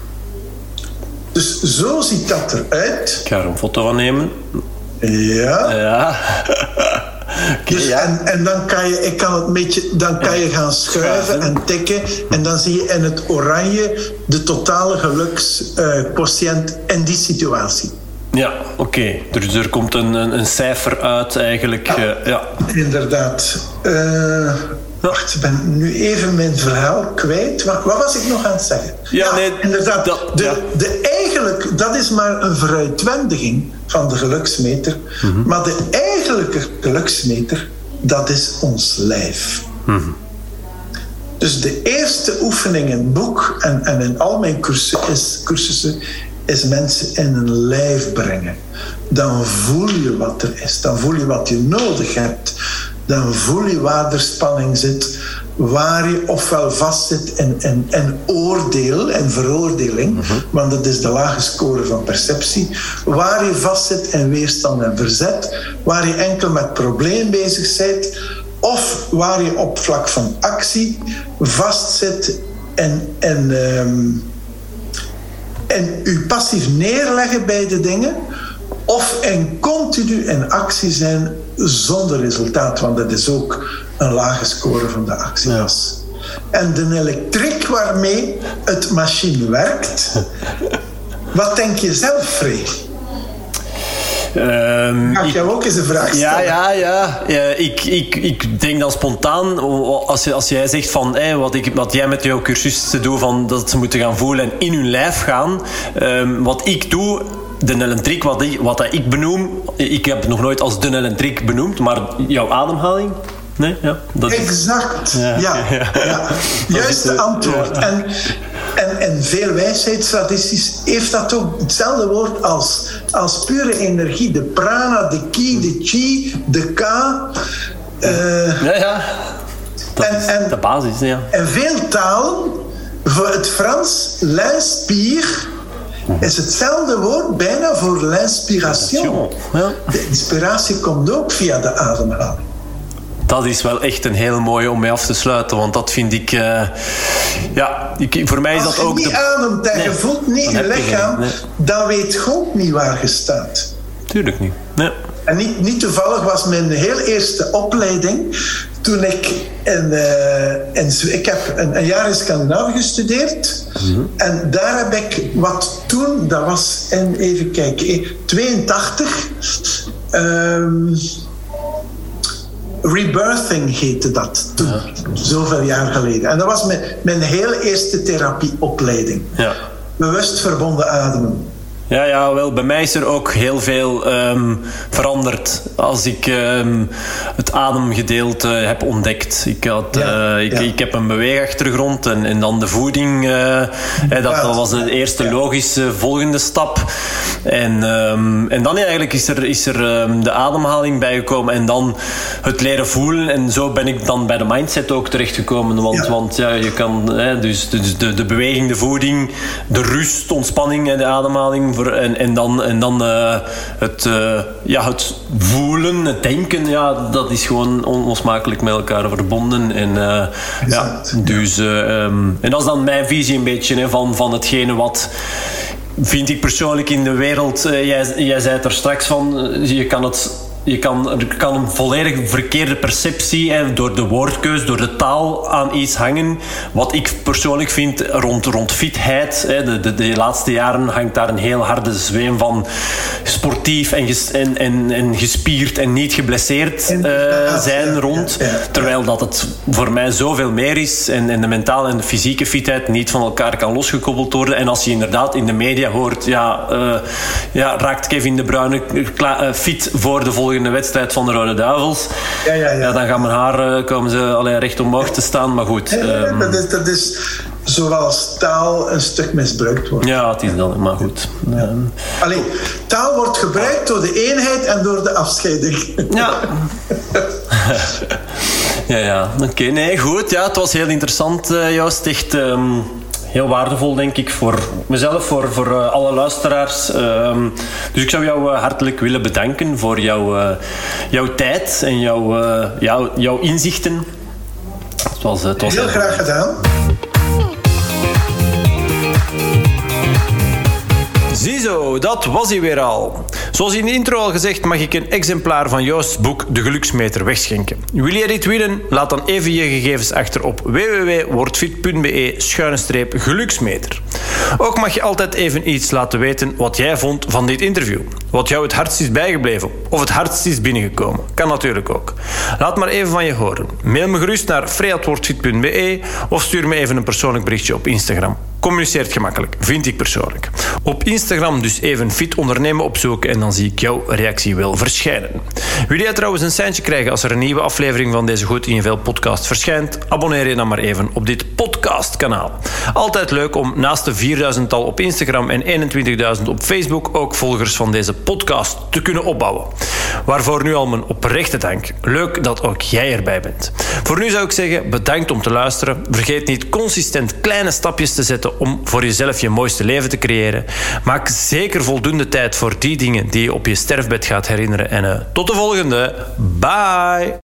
Dus zo ziet dat eruit. Ik ga er een foto van nemen. Ja. Ja. Okay, dus, ja. en, en dan kan je, ik kan het een beetje, dan kan je gaan schuiven en tikken en dan zie je in het oranje de totale geluksquotient uh, in die situatie. Ja, oké. Okay. Dus er komt een, een, een cijfer uit eigenlijk. Ja, uh, ja. Inderdaad. Uh, wacht, ik ben nu even mijn verhaal kwijt. Wat, wat was ik nog aan het zeggen? Ja, ja nee, inderdaad. Dat, de, ja. de eigenlijk, dat is maar een vooruitwendiging van de geluksmeter. Mm-hmm. Maar de eigenlijke geluksmeter, dat is ons lijf. Mm-hmm. Dus de eerste oefening in het boek en, en in al mijn cursussen is, cursussen is mensen in een lijf brengen. Dan voel je wat er is. Dan voel je wat je nodig hebt. Dan voel je waar er spanning zit. Waar je ofwel vastzit in, in, in oordeel en veroordeling. Mm-hmm. Want dat is de lage score van perceptie. Waar je vastzit in weerstand en verzet. Waar je enkel met probleem bezig bent. Of waar je op vlak van actie vastzit en... en um, en u passief neerleggen bij de dingen, of en continu in actie zijn zonder resultaat, want dat is ook een lage score van de actieas. Ja. En de elektriek waarmee het machine werkt, wat denk je zelf, Free? Um, Mag ik jou ook eens een vraag stellen? Ja, ja, ja. ja ik, ik, ik denk dan spontaan, als, je, als jij zegt van hey, wat, ik, wat jij met jouw cursussen doet, van dat ze moeten gaan voelen en in hun lijf gaan. Um, wat ik doe, de elektriek, wat ik, wat ik benoem, ik heb het nog nooit als de elektriek benoemd, maar jouw ademhaling. Nee, ja, dat exact. Is... Ja, ja, ja. ja. Juiste antwoord. Ja. En, en, en veel wijsheidstradities heeft dat ook hetzelfde woord als, als pure energie. De prana, de ki, de chi, de ka. Uh, ja, ja. Dat en, is en, de basis, ja. En veel talen, voor het Frans, l'inspire, is hetzelfde woord bijna voor l'inspiration. Ja. De inspiratie komt ook via de ademhaling. Dat is wel echt een heel mooie om mee af te sluiten, want dat vind ik... Uh, ja, ik, voor mij is Als dat ook... Als je niet de... ademt en nee. je voelt niet je lichaam, nee. dan weet je ook niet waar je staat. Tuurlijk niet. Nee. En niet, niet toevallig was mijn heel eerste opleiding toen ik in... Uh, in ik heb een, een jaar in Scandinavië gestudeerd. Mm-hmm. En daar heb ik wat toen... Dat was in, even kijken, tweeëntachtig... Um, Rebirthing heette dat toen, ja. zoveel jaar geleden. En dat was mijn, mijn heel eerste therapieopleiding. Ja. Bewust verbonden ademen. Ja, ja, wel, bij mij is er ook heel veel um, veranderd als ik um, het ademgedeelte heb ontdekt. Ik, had, ja, uh, ik, ja. ik heb een beweegachtergrond en, en dan de voeding. Uh, ja, dat, dat was de eerste ja. logische volgende stap. En, um, en dan eigenlijk is er, is er um, de ademhaling bijgekomen en dan het leren voelen. En zo ben ik dan bij de mindset ook terechtgekomen. Want ja, want, ja je kan hè, dus, dus de, de beweging, de voeding, de rust, ontspanning en de ademhaling. En, en dan, en dan uh, het, uh, ja, het voelen, het denken, ja, dat is gewoon onlosmakelijk met elkaar verbonden. En, uh, ja, dus, uh, um, en dat is dan mijn visie een beetje hè, van, van hetgene wat... Vind ik persoonlijk in de wereld... Uh, jij, jij zei het er straks van... Uh, je kan het je kan, er kan een volledig verkeerde perceptie hè, door de woordkeus, door de taal aan iets hangen. Wat ik persoonlijk vind rond, rond fitheid. Hè, de, de, de laatste jaren hangt daar een heel harde zweem van sportief en, ges, en, en, en gespierd en niet geblesseerd uh, zijn rond. Terwijl dat het voor mij zoveel meer is en, en de mentale en de fysieke fitheid niet van elkaar kan losgekoppeld worden. En als je inderdaad in de media hoort, ja, uh, ja raakt Kevin De Bruyne kla- uh, fit voor de volgende wedstrijd van de Rode Duivels. Ja, ja, ja. Ja, dan gaan mijn haar uh, komen ze allee, recht omhoog te staan, maar goed. Ja, um, dat, is, dat is zoals taal een stuk misbruikt wordt. Ja, het is dat, maar goed. Ja. Um, allee, taal wordt gebruikt door de eenheid en door de afscheiding. Ja. ja, ja. Oké, okay, nee, goed. Ja, het was heel interessant, uh, Joost. Echt... Um, heel waardevol, denk ik, voor mezelf, voor, voor uh, alle luisteraars. Uh, dus ik zou jou uh, hartelijk willen bedanken voor jouw, uh, jouw tijd en jouw, uh, jouw, jouw inzichten. Het was, uh, het was heel, heel graag gedaan. Ziezo, dat was hij weer al. Zoals in de intro al gezegd, mag ik een exemplaar van Joost's boek De Geluksmeter wegschenken. Wil jij dit winnen? Laat dan even je gegevens achter op w w w punt wordfit punt b e schuine streep geluksmeter. Ook mag je altijd even iets laten weten wat jij vond van dit interview. Wat jou het hardst is bijgebleven of het hardst is binnengekomen. Kan natuurlijk ook. Laat maar even van je horen. Mail me gerust naar free at wordfit punt b e of stuur me even een persoonlijk berichtje op Instagram. Communiceert gemakkelijk, vind ik persoonlijk. Op Instagram dus even Fit Ondernemen opzoeken en dan zie ik jouw reactie wel verschijnen. Wil jij trouwens een seintje krijgen als er een nieuwe aflevering van deze Goed in je Vel podcast verschijnt? Abonneer je dan maar even op dit podcastkanaal. Altijd leuk om naast de vierduizendtal op Instagram en eenentwintigduizend op Facebook ook volgers van deze podcast te kunnen opbouwen. Waarvoor nu al mijn oprechte dank. Leuk dat ook jij erbij bent. Voor nu zou ik zeggen, bedankt om te luisteren. Vergeet niet consistent kleine stapjes te zetten om voor jezelf je mooiste leven te creëren. Maak zeker voldoende tijd voor die dingen die je op je sterfbed gaat herinneren. En uh, tot de volgende. Bye!